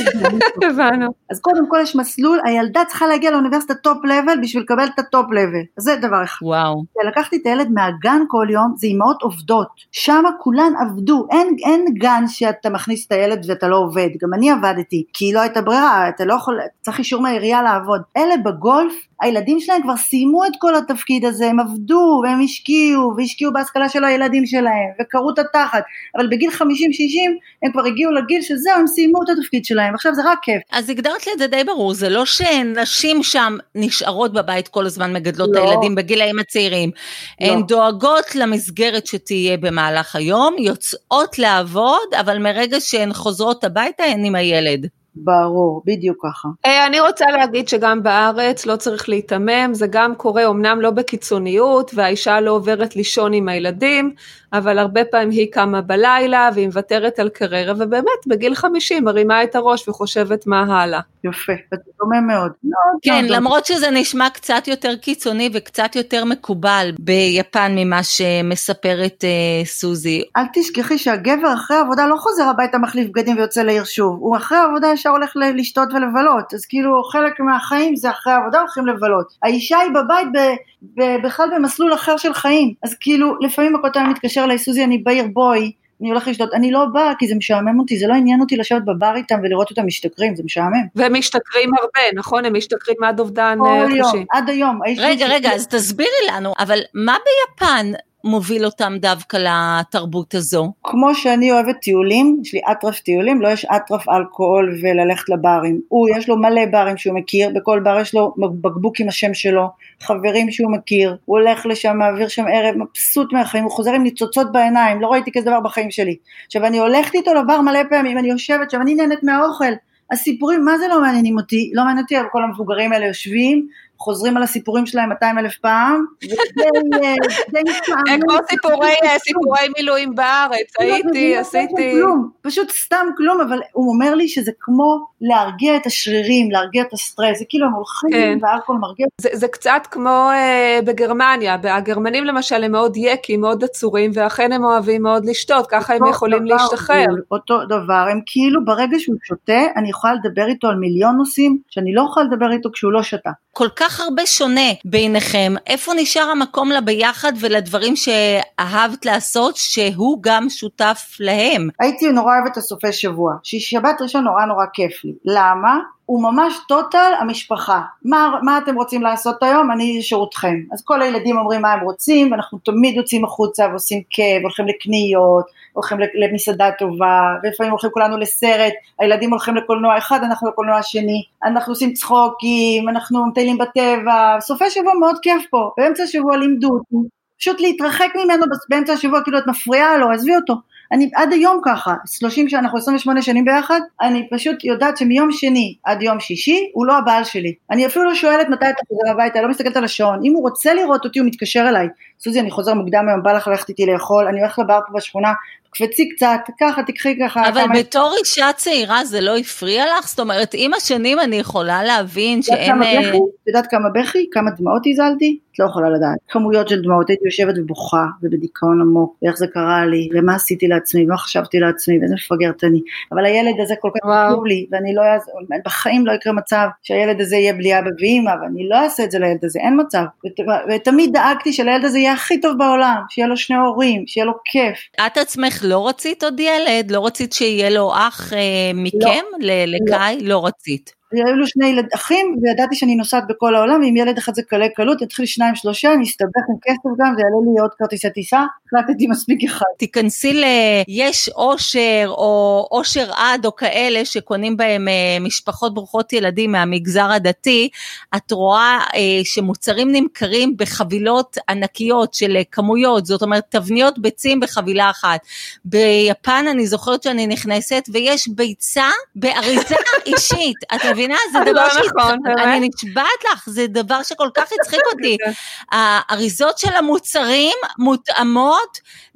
אז קודם כל יש מסלול, הילדה צריכה להגיע לאוניברסיטה טופ לבל, בשביל לקבל את הטופ לבל, זה דבר אחד. וואו. לקחתי את הילד מהגן כל יום, זה אימהות עובדות, שם כולן עבדו, אין גן שאתה מכניס את הילד ואתה לא עובד, גם אני עבדתי, כי לא הייתה ברירה, אתה לא יכול, צריך אישור מהעירייה לעבוד, אלה בגולף, הילדים שלהם כבר סיימו את כל התפקיד הזה, הם עבדו והם השקיעו, והשקיעו בהשכלה ההשכלה של הילדים שלהם, וקראו את התחת, אבל בגיל 50-60 הם כבר הגיעו לגיל שזהו, הם סיימו את התפקיד שלהם, עכשיו זה רק כיף. אז הגדרת לי את זה די ברור, זה לא שנשים שם נשארות בבית כל הזמן מגדלות את הילדים בגילאים הצעירים, הן דואגות למסגרת שתהיה במהלך היום, יוצאות לעבוד, אבל מרגע שהן חוזרות הביתה הן עם הילד. ברור, בדיוק ככה. אני רוצה להגיד שגם בארץ לא צריך להתאמם, זה גם קורה אומנם לא בקיצוניות, והאישה לא עוברת לישון עם הילדים, אבל הרבה פעמים היא קמה בלילה, והיא מוותרת על קריירה, ובאמת בגיל 50 מרימה את הראש וחושבת מה הלאה. יפה, זה דומה מאוד. כן, למרות שזה נשמע קצת יותר קיצוני, וקצת יותר מקובל ביפן ממה שמספרת סוזי. אל תשכחי שהגבר אחרי העבודה לא חוזר הביתה מחליף בגדים ויוצא לעיר שוב, הוא אחרי העבודה ישר הולך לשתות ולבלות, אז כאילו חלק מהחיים זה אחרי העבודה הולכים לבלות. האישה היא בבית בכלל במסלול אחר של חיים, אז כאילו לפעמים הכל פעם מתקשר אליי, סוזי אני בעיר בוי, אני הולך לשתות, אני לא באה כי זה משעמם אותי, זה לא עניין אותי לשבת בבר איתם ולראות אותם משתכרים, זה משעמם. והם משתכרים הרבה, נכון? הם משתכרים עד אובדן חושי. עד היום. רגע, אז תסבירי לנו, אבל מה ביפן מוביל אותם דווקא לתרבות הזו? כמו שאני אוהבת טיולים, יש לי אטרף טיולים, לא יש אטרף אלכוהול וללכת לברים. יש לו מלא ברים שהוא מכיר, בכל בר יש לו בקבוק עם השם שלו, חברים שהוא מכיר, הוא הולך לשם, מעביר שם ערב, מבסוט מהחיים, הוא חוזר עם ניצוצות בעיניים, לא ראיתי כזה דבר בחיים שלי. עכשיו אני הולכת איתו לבר מלא פעמים, אני יושבת שם, אני נהנית מהאוכל, הסיפורים, מה זה לא מעניינים אותי? לא מעניין אותי, אבל כל המבוגרים האלה יושבים, חוזרים על הסיפורים שלהם 200,000 פעם, כמו סיפורי מילואים בארץ, עשיתי. פשוט סתם כלום, אבל הוא אומר לי שזה כמו להרגיע את השרירים, להרגיע את הסטרס, זה כאילו הם הולכים והאלכוהול מרגיע. זה קצת כמו בגרמניה, הגרמנים למשל הם מאוד יקים, מאוד עצורים, ואכן הם אוהבים מאוד לשתות, ככה הם יכולים להשתחרר. אותו דבר, הם כאילו ברגע שהוא שותה, אני יכולה לדבר איתו על מיליון נושאים, שאני לא יכולה לדבר איתו כשהוא לא שתה. כל כך הרבה שונה ביניכם, איפה נשאר המקום לביחד ולדברים שאהבת לעשות, שהוא גם שותף להם? הייתי נורא אוהבת הסופי שבוע, שבת ראשון נורא כיף לי. למה? הוא ממש טוטל המשפחה. מה אתם רוצים לעשות היום? אני שירותכם. אז כל הילדים אומרים מה הם רוצים, ואנחנו תמיד יוצאים החוצה ועושים כיף, הולכים לקניות, הולכים למסעדה טובה, ולפעמים הולכים כולנו לסרט, הילדים הולכים לקולנוע אחד, אנחנו לקולנוע השני, אנחנו עושים צחוקים, אנחנו מטיילים בטבע, סופי שבוע מאוד כיף פה, באמצע השבוע לימדו אותי, פשוט להתרחק ממנו באמצע השבוע, כאילו את מפריעה לו, עזבי אותו. אני עד היום ככה, 30 שנה, אנחנו 28 שנים ביחד, אני פשוט יודעת שמיום שני עד יום שישי, הוא לא הבעל שלי. אני אפילו לא שואלת מתי אתה חוזר הביתה, לא מסתכלת על השעון. אם הוא רוצה לראות אותי, הוא מתקשר אליי. סוזי, אני חוזר מוקדם היום, בא לך ללכת איתי לאכול, אני הולך לבר פה בשכונה, קפצי קצת, ככה, תקחי ככה. אבל בתור אישה צעירה זה לא הפריע לך? זאת אומרת, עם השנים אני יכולה להבין שאין... יודעת כמה בכי? כמה דמעות הזלתי? את לא יכולה לדעת. כמויות של דמעות, הייתי יושבת ובוכה, ובדיכאון עמוק, ואיך זה קרה לי, ומה עשיתי לעצמי, ומה חשבתי לעצמי, ואיזה מפגרת אני. אבל הילד הזה כל כך חשוב לי, ואני לא אעשה, בחיים לא יקרה מצב שהילד הזה יהיה בלי אבא ואמא, ואני לא אעשה את זה לילד הזה, אין מצב. ותמיד דאגתי שלילד הזה יהיה הכי טוב בעולם, שיהיה לו שני הורים, שיהיה לו כיף. את עצמך לא רצית עוד ילד? לא רצית שיהיה לו אח מכם לקאי? לא רצית. היו לו שני אחים, וידעתי שאני נוסעת בכל העולם, ואם ילד אחד זה קלה קלות, התחיל 2-3, אני אסתבך עם כסף גם, זה יעלה לי עוד כרטיסי טיסה, החלטתי מספיק אחד. תיכנסי יש אושר, או אושר עד, או כאלה, שקונים בהם משפחות ברוכות ילדים מהמגזר הדתי, את רואה שמוצרים נמכרים בחבילות ענקיות של כמויות, זאת אומרת, תבניות ביצים בחבילה אחת. ביפן אני זוכרת שאני נכנסת, ויש ביצה באריזה אישית, את מבינה? זה דבר אני נשבעת לך, זה דבר שכל כך הצחיק אותי. האריזות של המוצרים מותאמות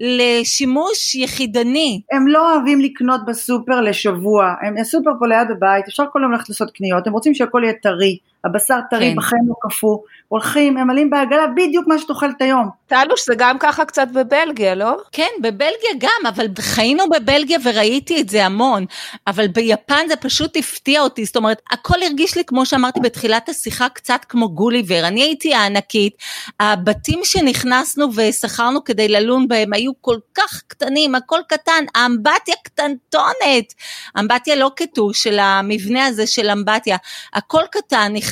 לשימוש יחידני. הם לא אוהבים לקנות בסופר לשבוע, הסופר פה ליד בבית, אפשר כל יום ללכת לעשות קניות, הם רוצים שהכל יהיה טרי, הבשר טרי בחיים לא קפוא, הולכים, הם עלים בעגלה בדיוק מה שתאכלת היום. טענו שזה גם ככה קצת בבלגיה, לא? כן, בבלגיה גם, אבל חיינו בבלגיה וראיתי את זה המון, אבל ביפן זה פשוט הפתיע אותי, זאת אומרת, הכל הרגיש לי כמו שאמרתי בתחילת השיחה, קצת כמו גוליבר, אני הייתי הענקית, הבתים שנכנסנו ושכרנו כדי ללון בהם, היו כל כך קטנים, הכל קטן, האמבטיה קטנטונת, אמבטיה לא כתוב של המבנה הזה של אמבטיה, הכל קטן, נכנסנו,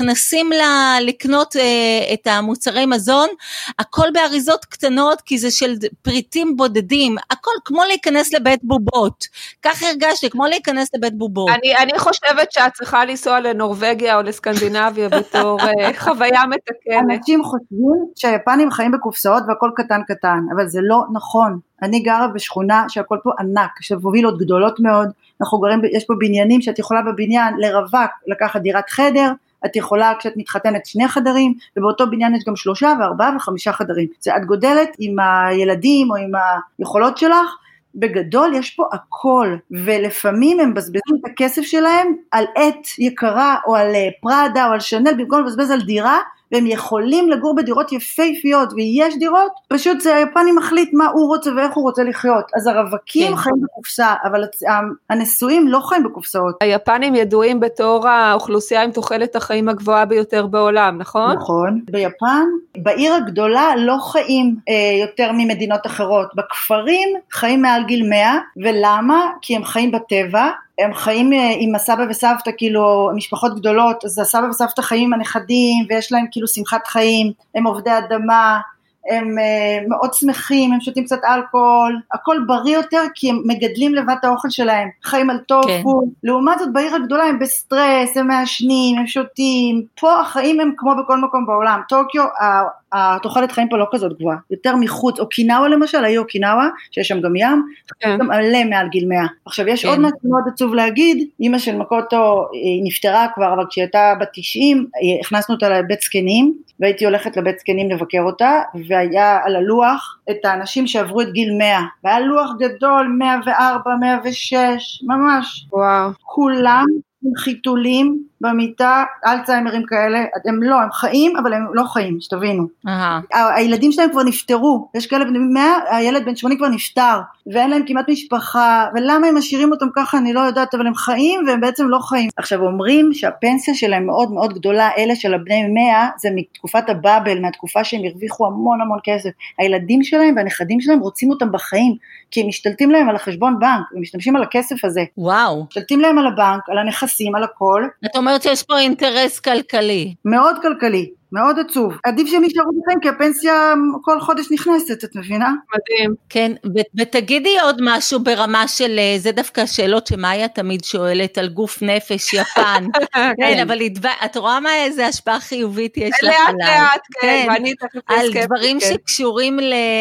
נכנסים לקנות את המוצרי מזון, הכל באריזות קטנות, כי זה של פריטים בודדים, הכל כמו להיכנס לבית בובות, כך הרגשתי, כמו להיכנס לבית בובות. אני חושבת שאת צריכה לנסוע לנורווגיה או לסקנדינביה בתור חוויה מתקנת. אנשים חושבים שהיפנים חיים בקופסאות והכל קטן קטן, אבל זה לא נכון. אני גרה בשכונה שהכל פה ענק, שבובילות גדולות מאוד, אנחנו גרים, יש פה בניינים שאת יכולה בבניין לרווק, לקחת דירת חדר, את יכולה כשאת מתחתנת 2 חדרים, ובאותו בניין יש גם 3 ו4 ו5 חדרים. זה את גודלת עם הילדים או עם היכולות שלך, בגדול יש פה הכל, ולפעמים הם מבזבזים את הכסף שלהם על עת יקרה, או על פראדה, או על שנל, במקום לבזבז על דירה, והם יכולים לגור בדירות יפהפיות, ויש דירות, פשוט זה היפני מחליט מה הוא רוצה ואיך הוא רוצה לחיות, אז הרווקים חיים בקופסה, אבל הנשואים לא חיים בקופסאות. היפנים ידועים בתור האוכלוסייה עם תוחלת החיים הגבוהה ביותר בעולם, נכון? נכון, ביפן, בעיר הגדולה לא חיים יותר ממדינות אחרות, בכפרים חיים מעל גיל 100, ולמה? כי הם חיים בטבע, הם חיים עם הסבא וסבתא, כאילו משפחות גדולות, אז הסבא וסבתא חיים עם הנכדים, ויש להם כאילו שמחת חיים, הם עובדי אדמה, הם מאוד שמחים, הם שותים קצת אלכוהול, הכל בריא יותר, כי הם מגדלים לבד את האוכל שלהם, חיים על טופו, לעומת זאת בעיר הגדולה הם בסטרס, הם מעשנים, הם שותים, פה החיים הם כמו בכל מקום בעולם, טוקיו, התוחלת חיים פה לא כזאת גבוהה, יותר מחוץ, אוקינאווה למשל, היו אוקינאווה, שיש שם גם ים, גם עלה מעל גיל 100. עכשיו יש עוד משהו מאוד עצוב להגיד, אמא של מקוטו היא נפטרה כבר, אבל כשהיא הייתה בת 90, הכנסנו אותה לבית זקנים, והייתי הולכת לבית זקנים לבקר אותה, והיה על הלוח את האנשים שעברו את גיל 100, והיה לוח גדול, 104, 106, ממש. וואו. כולם עם חיתולים במיטה, אלצהיימרים כאלה, הם חיים, אבל הם לא חיים, שתבינו. הילדים שלהם כבר נפטרו, יש כאלה בני 100, הילד בן 80 כבר נפטר, ואין להם כמעט משפחה, ולמה הם משאירים אותם ככה, אני לא יודעת, אבל הם חיים, והם בעצם לא חיים. עכשיו אומרים שהפנסיה שלהם מאוד מאוד גדולה, אלה של הבני 100, זה מתקופת הבאבל, מהתקופה שהם הרוויחו המון המון כסף. הילדים שלהם והנכדים שלהם רוצים אותם בחיים, כי הם משתלטים להם על החשבון בנק, הם משתמשים על הכסף הזה. וואו. משתלטים להם על הבנק, על הנכסים, על הכל. את אומרת שיש פה אינטרס כלכלי. מאוד כלכלי, מאוד עצוב. עדיף שהם יישארו בחיים, כי הפנסיה כל חודש נכנסת, את מבינה? מדהים. כן, ותגידי עוד משהו ברמה של, זה דווקא שאלות שמאיה תמיד שואלת על גוף נפש יפן. כן, אבל את רואה מה איזה השפעה חיובית יש לך עליי. לאט, כן, ואני תכף על דברים שקשורים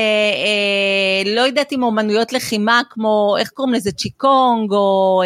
לא יודעת אם אומנויות לחימה, כמו, איך קוראים לזה, צ'יקונג, או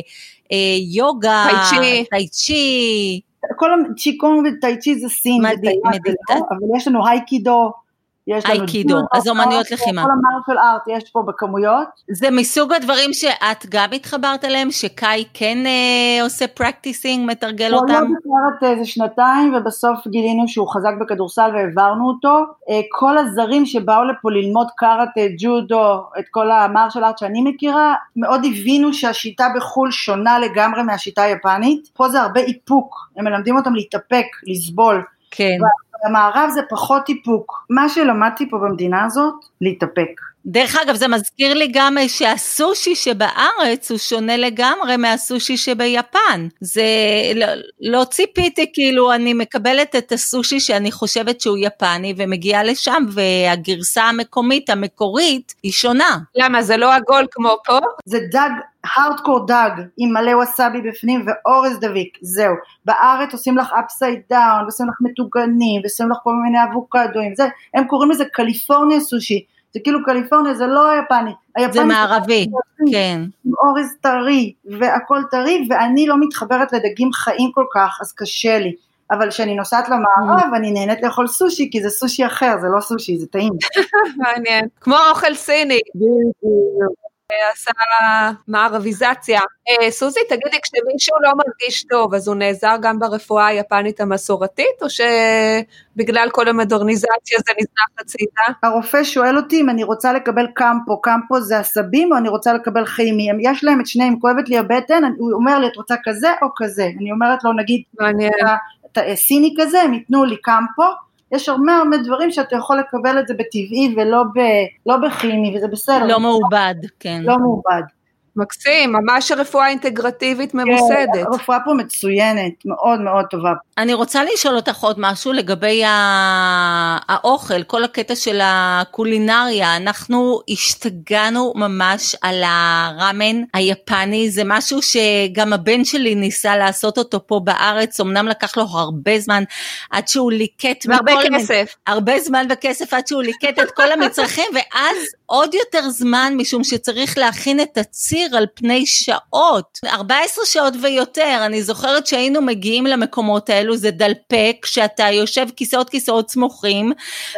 יוגה, טאי צ'י. כל צ'יקונג וטאי צ'י זה סין, אבל יש לנו הייקידו, הייקידו, אז אומנויות לחימה. כל המרשל ארט יש פה בכמויות. זה מסוג הדברים שאת גם התחברת אליהם, שקאי כן עושה פרקטיסינג, מתרגל אותם? הוא לא בקרת איזה 2 ובסוף גילינו שהוא חזק בכדורסל והעברנו אותו. כל הזרים שבאו לפה ללמוד קראטה, ג'ודו, את כל המרשל ארט שאני מכירה, מאוד הבינו שהשיטה בחול שונה לגמרי מהשיטה היפנית. פה זה הרבה איפוק, הם מלמדים אותם להתאפק, לסבול. כן. במערב זה פחות איפוק. מה שלמדתי פה במדינה הזאת, להתאפק. דרך אגב, זה מזכיר לי גם שהסושי שבארץ הוא שונה לגמרי מהסושי שביפן. זה לא ציפיתי, כאילו אני מקבלת את הסושי שאני חושבת שהוא יפני, ומגיעה לשם, והגרסה המקומית, המקורית, היא שונה. למה? זה לא עגול כמו פה? זה דג, הארדקור דג, עם מלא ווסאבי בפנים, ואורז דביק, זהו. בארץ עושים לך אפסייד דאון, ועושים לך מטוגנים, ועושים לך כל מיני אבוקדוים, זה, הם קוראים לזה קליפורניה סושי, זה כאילו קליפורניה, זה לא היפני. זה מערבי, כן. עם אורז טרי, והכל טרי, ואני לא מתחברת לדגים חיים כל כך, אז קשה לי. אבל כשאני נוסעת למערב, אני נהנית לאכול סושי, כי זה סושי אחר, זה לא סושי, זה טעים. מעניין. כמו אוכל סיני. עשה מערביזציה. סוזי, תגידי, כשמישהו לא מרגיש טוב, אז הוא נעזר גם ברפואה היפנית המסורתית, או שבגלל כל המודרניזציה זה נזנח הצידה? הרופא שואל אותי אם אני רוצה לקבל קמפו, קמפו זה עשבים, או אני רוצה לקבל כימי, יש להם את שניהם, כואבת לי הבטן, הוא אומר לי, את רוצה כזה או כזה? אני אומרת לו, נגיד, את סיני כזה, הם ייתנו לי קמפו, יש הרבה דברים שאתה יכול לקבל את זה בטבעי ולא בכימי, וזה בסדר. לא מעובד, כן. לא מעובד. מקסים, ממש רפואה אינטגרטיבית ממוסדת. הרפואה פה מצוינת, מאוד מאוד טובה. אני רוצה לשאול אותך עוד משהו לגבי האוכל, כל הקטע של הקולינריה, אנחנו השתגענו ממש על הראמן היפני, זה משהו שגם הבן שלי ניסה לעשות אותו פה בארץ, אמנם לקח לו הרבה זמן עד שהוא ליקט, והרבה כסף. הרבה זמן וכסף עד שהוא ליקט את כל המצרכים, ואז עוד יותר זמן, משום שצריך להכין את הציר על פני שעות, 14 שעות ויותר. אני זוכרת שהיינו מגיעים למקומות האלו, זה דלפק, שאתה יושב כיסאות סמוכים,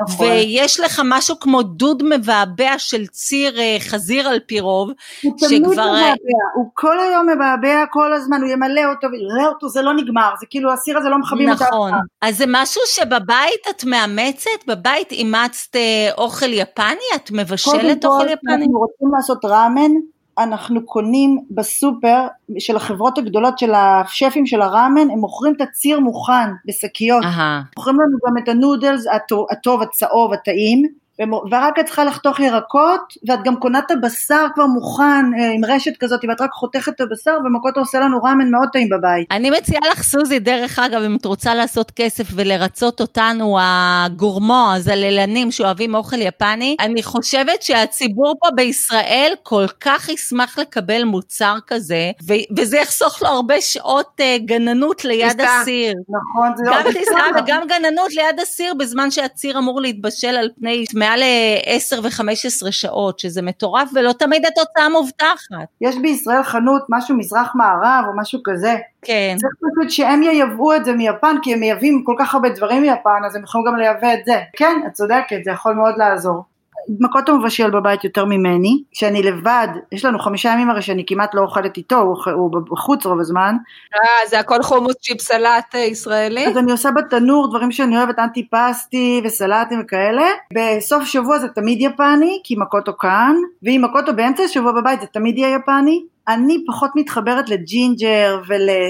ויש לך משהו כמו דוד מבעבע של ציר חזיר על פי רוב, הוא תמיד מבעבע, הוא כל היום מבעבע, כל הזמן, הוא ימלא אותו, ויראה אותו, זה לא נגמר, זה כאילו הסיר הזה לא מחבים אותה. נכון, אז זה משהו שבבית את מאמצת, בבית אימצת אוכל יפני, את מבשלת אוכל יפני? אנחנו רוצים לעשות ראמן, אנחנו קונים בסופר של החברות הגדולות של השפים של הראמן, הם מוכרים את הציר מוכן בסקיות, מוכרים לנו גם את הנודלס הטוב, הצהוב, הטעים, ורק את צריכה לחתוך ירקות, ואת גם קונה את הבשר כבר מוכן, עם רשת כזאת, ואת רק חותכת את הבשר, ומקוטו עושה לנו ראמן מאוד טעים בבית. אני מציעה לך סוזי, דרך אגב, אם את רוצה לעשות כסף, ולרצות אותנו, הגורמו, הזללנים, שאוהבים אוכל יפני, אני חושבת שהציבור פה בישראל, כל כך ישמח לקבל מוצר כזה, וזה יחסוך לו הרבה שעות גננות ליד הסיר. נכון, זה גם תסעה וגם גננות ליד הסיר, בזמן שהציר אמור להתבשל על פני מעל 10 ו-15 שעות, שזה מטורף, ולא תמיד התוצאה מובטחת. יש בישראל חנות, משהו מזרח מערב, או משהו כזה. כן. צריך פשוט שהם ייבאו את זה מיפן, כי הם מייבאים כל כך הרבה דברים מיפן, אז הם יכולים גם לייבא את זה. כן, את צודקת, זה יכול מאוד לעזור. מקוטו מבשל בבית יותר ממני, כשאני לבד, יש לנו 5 ימים הרי שאני כמעט לא אוכלת איתו, הוא בחוץ רוב הזמן. זה הכל חומוס צ'יפ סלט ישראלי? אז אני עושה בתנור דברים שאני אוהבת, אנטי פסטי וסלטים וכאלה, בסוף שבוע זה תמיד יפני, כי מקוטו כאן, ואם מקוטו באמצע השבוע בבית זה תמיד יהיה יפני. אני פחות מתחברת לג'ינג'ר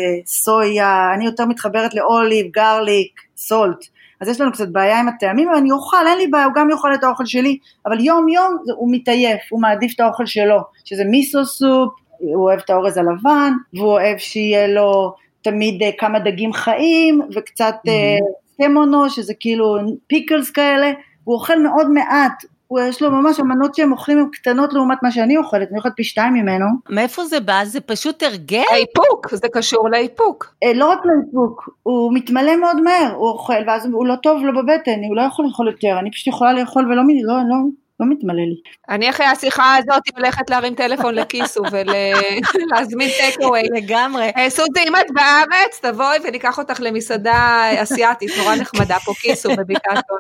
ולסויה, אני יותר מתחברת לאוליב, גרליק, סולט, אז יש לנו קצת בעיה עם הטעמים, אבל אני אוכל, אין לי בעיה, הוא גם יאכל את האוכל שלי, אבל יום יום הוא מתעייף, הוא מעדיף את האוכל שלו, שזה מיסו סופ, הוא אוהב את האורז הלבן, והוא אוהב שיהיה לו תמיד כמה דגים חיים, וקצת סמונו, שזה כאילו פיקלס כאלה, הוא אוכל מאוד מעט, יש לו ממש המנות שהם אוכלים הם קטנות לעומת מה שאני אוכלת, אני אוכלת פי 2 ממנו. מאיפה זה בא? זה פשוט הרגל? האיפוק, זה קשור לאיפוק. לא רק לאיפוק, הוא מתמלא מאוד מהר, הוא אוכל, ואז הוא לא טוב לו בבטן, הוא לא יכול לאכול יותר, אני פשוט יכולה לאכול ולא מתמלא לי. אני אחרי השיחה הזאת הולכת להרים טלפון לכיסו ולהזמין טייק-אווי. לגמרי. סוזי, אם את בארץ, תבואי וניקח אותך למסעדה אסיאתית, נורא נחמדה פה, כיסו בביקטון.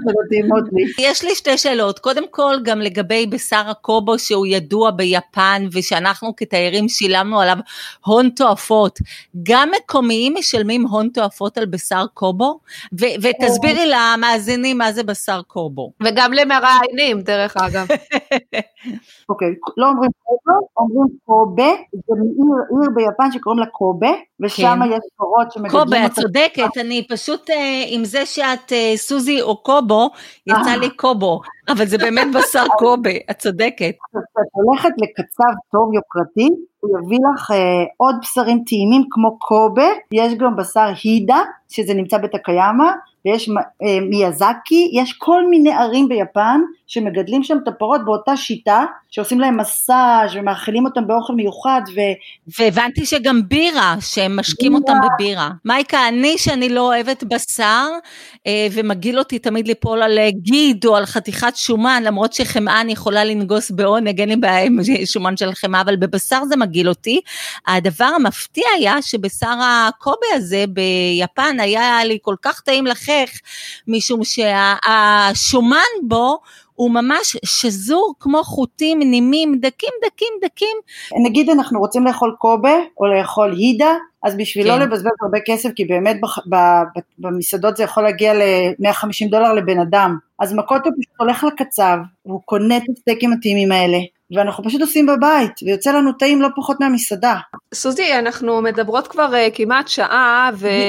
יש לי 2 שאלות, קודם כל גם לגבי בשר הקובו שהוא ידוע ביפן, ושאנחנו כתיירים שילמנו עליו הון תועפות, גם מקומיים משלמים הון תועפות על בשר קובו, ותסבירי למאזינים מה זה בשר קובו. וגם למראיינים. דרך אגב. אוקיי, לא אומרים קובו, אומרים קובה, זה עיר ביפן שקוראים לה קובה, ושם יש פרות שמגדלים אותה. קובה, את צודקת, אני פשוט עם זה שאת סוזי או קובו, יצא לי קובו, אבל זה באמת בשר קובה, את צודקת. כשאת הולכת לקצב טוב יוקרתי, הוא יביא לך עוד בשרים טעימים כמו קובה, יש גם בשר הידה, שזה נמצא בתקיאמה, ויש מיאזקי, יש כל מיני ערים ביפן, שמגדלים שם את הפרות באותה שיטה, שעושים להם מסאז' ומאכילים אותם באוכל מיוחד, והבנתי שגם בירה, שהם משקים אותם בבירה. מייקה, שאני לא אוהבת בשר, ומגיל אותי תמיד ליפול על גיד, או על חתיכת שומן, למרות שחמאה אני יכולה לנגוס בעונג, אין לי בעיה עם שומן של חמאה, אבל בבשר זה מגיל אותי. הדבר המפתיע היה, שבשר הקובה הזה, ביפן, היה לי כל כך טעים לחך, משום שהשומן בו, הוא ממש שזור כמו חוטים, נימים, דקים. נגיד אנחנו רוצים לאכול קובה, או לאכול הידה, אז בשביל לא לבזבז הרבה כסף, כי באמת במסעדות זה יכול להגיע $150 לבן אדם, אז מקוטו פשוט הולך לקצב, והוא קונה את הסטייקים הטעימים האלה, ואנחנו פשוט עושים בבית, ויוצא לנו טעים לא פחות מהמסעדה. סוזי, אנחנו מדברות כבר כמעט שעה,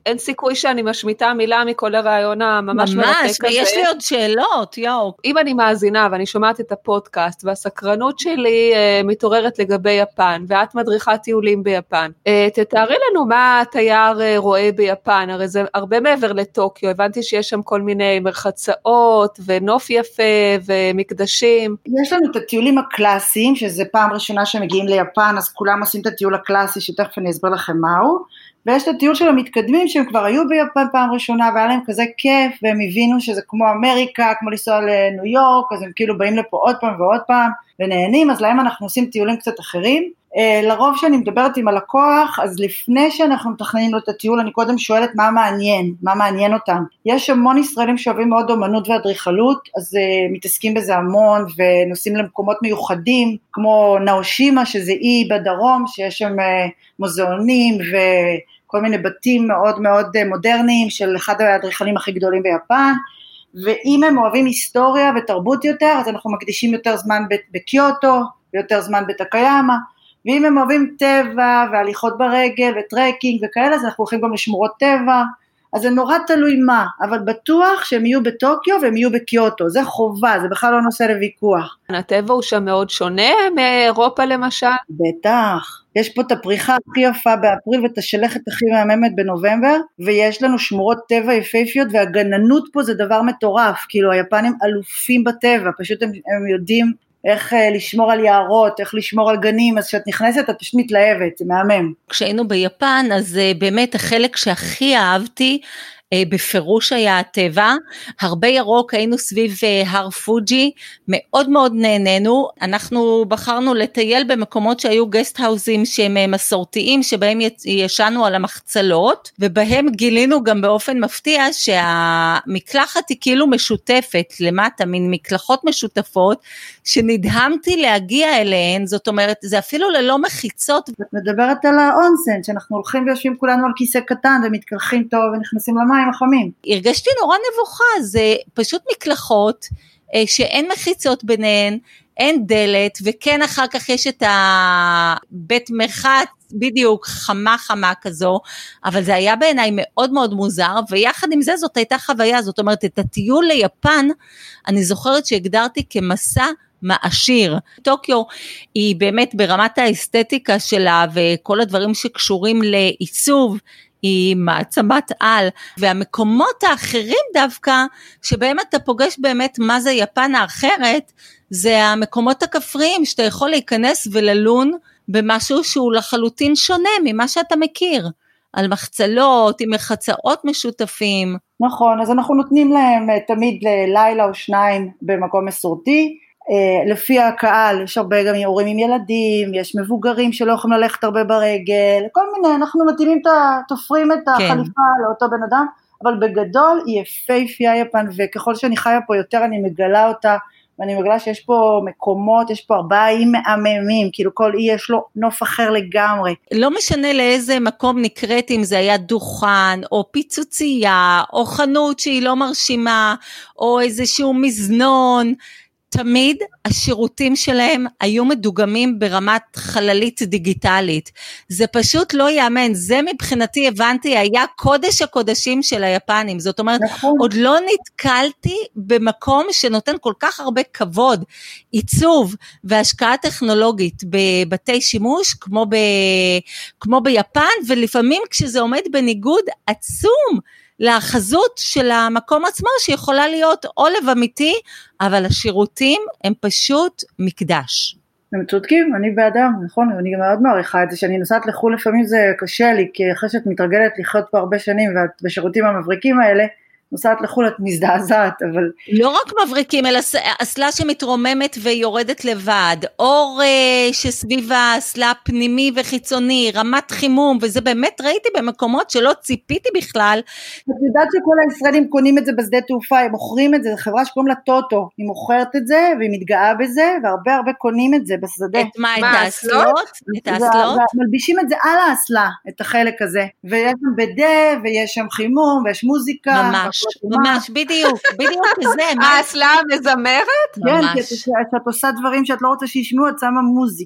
אין סיכוי שאני משמיטה מילה מכל הרעיון הממש מרתק הזה. ממש, ויש לי עוד שאלות, יואו. אם אני מאזינה ואני שומעת את הפודקאסט, והסקרנות שלי מתעוררת לגבי יפן, ואת מדריכת טיולים ביפן, תתארי לנו מה התייר רואה ביפן, הרי זה הרבה מעבר לטוקיו, הבנתי שיש שם כל מיני מרחצאות, ונוף יפה, ומקדשים. יש לנו את הטיולים הקלאסיים, שזה פעם ראשונה שמגיעים ליפן, אז כולם עושים את הטיול הקלאסי, שתכף אני אסביר לכם מהו, ויש את הטיול של המתקדמים, שהם כבר היו ביפן פעם ראשונה, והיה להם כזה כיף, והם הבינו שזה כמו אמריקה, כמו לנסוע לניו יורק, אז הם כאילו באים לפה עוד פעם ועוד פעם, ונהנים, אז להם אנחנו עושים טיולים קצת אחרים. לרוב שאני מדברת עם הלקוח, אז לפני שאנחנו מתכננים לו את הטיול, אני קודם שואלת מה מעניין אותם. יש המון ישראלים שאוהבים מאוד אומנות ואדריכלות, אז מתעסקים בזה המון, ונוסעים למקומות מיוחדים, כמו נאושימה, שזה אי בדרום, שיש שם מוזיאונים, וכל מיני בתים מאוד מאוד מודרניים, של אחד האדריכלים הכי גדולים ביפן, ואם הם אוהבים היסטוריה ותרבות יותר, אז אנחנו מקדישים יותר זמן בקיוטו, ויותר זמן בטקיאמה, ואם הם אוהבים טבע, והליכות ברגל, וטרקינג וכאלה, אז אנחנו הולכים גם לשמורות טבע, אז זה נורא תלוי מה, אבל בטוח שהם יהיו בטוקיו, והם יהיו בקיוטו, זה חובה, זה בכלל לא נושא לוויכוח. הטבע הוא שם מאוד שונה מאירופה למשל? בטח, יש פה את הפריחה הכי יפה באפריל, ואת השלכת הכי מהממת בנובמבר, ויש לנו שמורות טבע יפהפיות, והגננות פה זה דבר מטורף, כאילו היפנים אלופים בטבע, פשוט הם יודעים, איך לשמור על יערות, איך לשמור על גנים, אז כשאת נכנסת את פשוט מתלהבת, זה מהמם. כשהיינו ביפן, אז באמת החלק שהכי אהבתי, בפירוש היה הטבע, הרבה ירוק, היינו סביב הר פוג'י, מאוד מאוד נהנינו, אנחנו בחרנו לטייל במקומות שהיו גסט האוזים שהם מסורתיים, שבהם ישנו על המחצלות, ובהם גילינו גם באופן מפתיע, שהמקלחת היא כאילו משותפת, למטה, מין מקלחות משותפות, שנדהמתי להגיע אליהן, זאת אומרת, זה אפילו ללא מחיצות. את מדברת על האונסן, שאנחנו הולכים ויושבים כולנו על כיסא קטן, ומתקלחים טוב ונכנסים למים החמים. הרגשתי נורא נבוכה, זה פשוט מקלחות, שאין מחיצות ביניהן, אין דלת, וכן אחר כך יש את הבית מרחץ, בדיוק חמה כזו, אבל זה היה בעיניי מאוד מאוד מוזר, ויחד עם זה זאת הייתה חוויה, זאת אומרת את הטיול ליפן, אני זוכרת שהגדרתי כמסע מעשיר. טוקיו היא באמת ברמת האסתטיקה שלה, וכל הדברים שקשורים לעיצוב, היא מעצמת על, והמקומות האחרים דווקא, שבהם אתה פוגש באמת מה זה יפן האחרת, זה המקומות הכפריים, שאתה יכול להיכנס וללון, במשהו שהוא לחלוטין שונה, ממה שאתה מכיר, על מחצלות, עם מחצאות משותפים. נכון, אז אנחנו נותנים להם תמיד לילה או שניים, במקום מסורתי, לפי הקהל, יש הרבה גם הורים עם ילדים, יש מבוגרים שלא יכולים ללכת הרבה ברגל, כל מיני, אנחנו מתאימים, תופרים את החליפה לאותו בן אדם, אבל בגדול היא יפהפייה יפן, וככל שאני חיה פה יותר אני מגלה אותה, ואני מגלה שיש פה מקומות, יש פה 4 איים מהממים, כאילו כל אי יש לו נוף אחר לגמרי. לא משנה לאיזה מקום נקראת, אם זה היה דוכן, או פיצוצייה, או חנות שהיא לא מרשימה, או איזשהו מזנון, תמיד השירותים שלהם היו מדוגמים ברמת חללית דיגיטלית, זה פשוט לא יאמן, זה מבחינתי הבנתי היה קודש הקודשים של היפנים, זאת אומרת נכון. עוד לא נתקלתי במקום שנותן כל כך הרבה כבוד, עיצוב והשקעה טכנולוגית בבתי שימוש כמו ביפן, ולפעמים כשזה עומד בניגוד עצום, לחזות של המקום עצמו, שיכולה להיות עולב אמיתי, אבל השירותים הם פשוט מקדש. הם צודקים, אני באדם, נכון, אני גם מאוד מעריכה את זה, שאני נוסעת לחו"ל לפעמים זה קשה לי, כי אחרי שאת מתרגלת לחיות פה הרבה שנים, ואת בשירותים המבריקים האלה, נוסעת לחו"ל את מזדעזעת, אבל... לא רק מבריקים, אלא אסלה שמתרוממת ויורדת לבד, אור שסביב האסלה פנימי וחיצוני, רמת חימום, וזה באמת ראיתי במקומות שלא ציפיתי בכלל. את יודעת שכל הישראלים קונים את זה בשדה תעופה, הם מוכרים את זה, זו חברה שקוראים לה טוטו, היא מוכרת את זה, והיא מתגאה בזה, והרבה הרבה קונים את זה בשדה. את מה, את האסלות? את האסלות? מלבישים את זה על האסלה, את החלק הזה, ויש שם בדה, ויש שם חימום, ויש מוזיקה. ממש, בדיוק כזה. האסלה מזמרת? כן, כי כשאת עושה דברים שאת לא רוצה שישמעו, את שמה מוזיקה.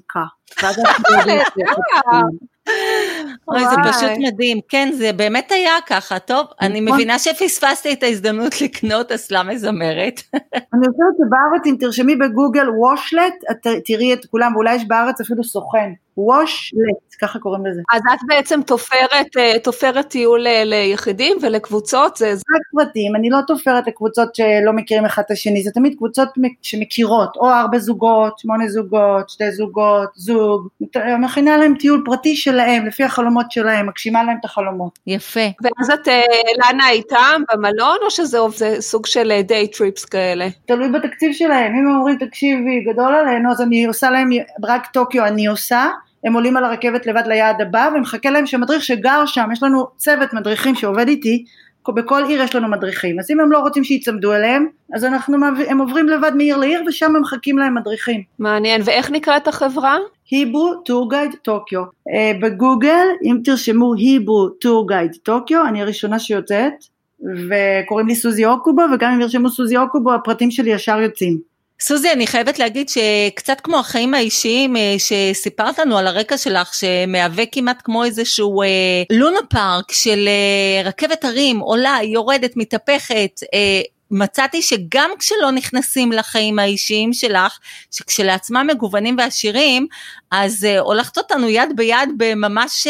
אוי, זה פשוט מדהים, כן, זה באמת היה ככה, טוב, אני מבינה שפספסתי את ההזדמנות לקנות אסלה מזמרת. אני חושבת שבארץ, אם תרשמי בגוגל וושלט, את תראי את כולם, ואולי יש בארץ אפילו סוכן, וושלט, ככה קוראים לזה. אז את בעצם תופרת טיול ליחידים ולקבוצות? זה פרטים, אני לא תופרת לקבוצות שלא מכירים אחד את השני, זה תמיד קבוצות שמכירות, או 4 זוגות, 8 זוגות, 2 זוגות, זוג, מכינה להם טיול פרטי שלהם, לפי החלומות שלהם, מגשימה להם את החלומות. יפה. ואז את לנה איתם במלון, או שזה סוג של דיי טריפס כאלה? תלוי בתקציב שלהם, אם הם אומרים תקשיבי גדול עלינו, אז אני עושה להם רק טוקיו, אני עושה, הם עולים על הרכבת לבד ליעד הבא, ומחכה להם שמדריך שגר שם, יש לנו צוות מדריכים שעובד איתי, בכל עיר יש לנו מדריכים, אז אם הם לא רוצים שיצמדו אליהם, אז הם עוברים לבד מעיר לעיר, ושם הם מחכים להם מדריכים. מעניין, ואיך נקראת החברה? היברו טור גייד טוקיו. בגוגל, אם תרשמו היברו טור גייד טוקיו, אני הראשונה שיוצאת, וקוראים לי סוזי אוקובו, וגם אם ירשמו סוזי אוקובו, הפרטים שלי ישר יוצאים. סוזי, אני חייבת להגיד שקצת כמו החיים האישיים שסיפרת לנו על הרקע שלך, שמהווה כמעט כמו איזשהו לונה פארק של רכבת הרים, עולה, יורדת, מתהפכת, מצאתי שגם כשלא נכנסים לחיים האישיים שלך, שכשלעצמם מגוונים ועשירים, אז הולכת אותנו יד ביד בממש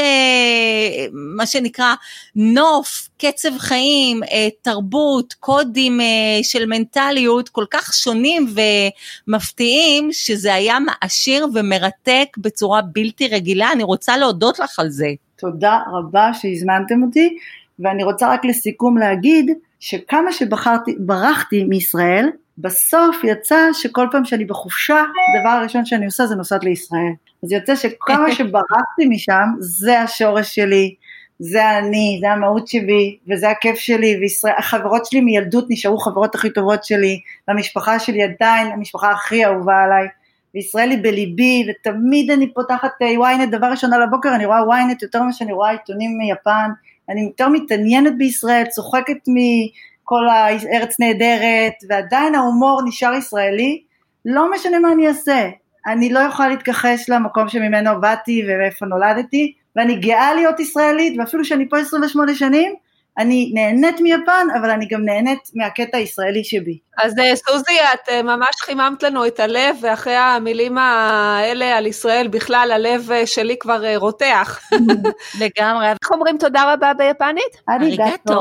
מה שנקרא נוף, קצב חיים, תרבות, קודים של מנטליות כל כך שונים ומפתיעים, שזה היה מעשיר ומרתק בצורה בלתי רגילה. אני רוצה להודות לך על זה. תודה רבה שהזמנתם אותי, ואני רוצה רק לסיכום להגיד, שכמה שברחתי מישראל, בסוף יצא שכל פעם שאני בחופשה, הדבר הראשון שאני עושה זה נוסעת לישראל. אז יוצא שכמה שברחתי משם, זה השורש שלי, זה אני, זה המהות שלי, וזה הכיף שלי, והחברות שלי מילדות נשארו חברות הכי טובות שלי, והמשפחה שלי עדיין המשפחה הכי אהובה עליי, וישראל היא בליבי, ותמיד אני פותחת וויינט, דבר ראשון על הבוקר, אני רואה וויינט יותר ממה שאני רואה עיתונים מיפן, אני יותר מתעניינת בישראל, צוחקת מכל הארץ נהדרת, ועדיין ההומור נשאר ישראלי, לא משנה מה אני אעשה, אני לא יכולה להתכחש למקום שממנו באתי ואיפה נולדתי, ואני גאה להיות ישראלית, ואפילו שאני פה 28 שנים, אני נהנית מיפן, אבל אני גם נהנית מהקטע הישראלי שבי. אז סוזי, את ממש חיממת לנו את הלב, ואחרי המילים האלה על ישראל בכלל, הלב שלי כבר רותח. לגמרי. איך אומרים תודה רבה ביפנית? אריגטו.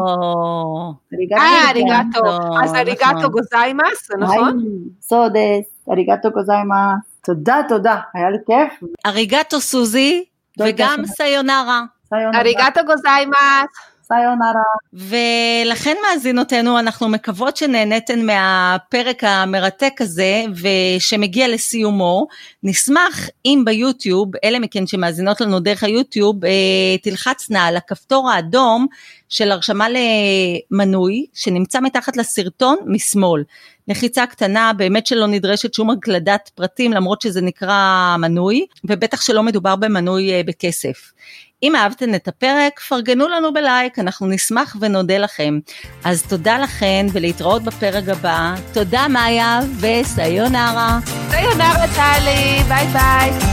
אריגטו. אז אריגטו גוזיימאס, נכון? סודס, אריגטו גוזיימאס. תודה, היה לי כיף. אריגטו סוזי, וגם סיונרה. אריגטו גוזיימאס. ולכן מאזינותינו, אנחנו מקוות שנהנתן מהפרק המרתק הזה, ושמגיע לסיומו. נשמח אם ביוטיוב, אלה מכן שמאזינות לנו דרך היוטיוב, תלחצנה על הכפתור האדום של הרשמה למנוי, שנמצא מתחת לסרטון משמאל. לחיצה קטנה, באמת שלא נדרשת שום הקלדת פרטים, למרות שזה נקרא מנוי, ובטח שלא מדובר במנוי בכסף. אם אהבתם את הפרק, פרגנו לנו בלייק, אנחנו נשמח ונודה לכם. אז תודה לכן, ולהתראות בפרק הבא. תודה מאיה, וסיונרה. סיונרה טלי, ביי ביי.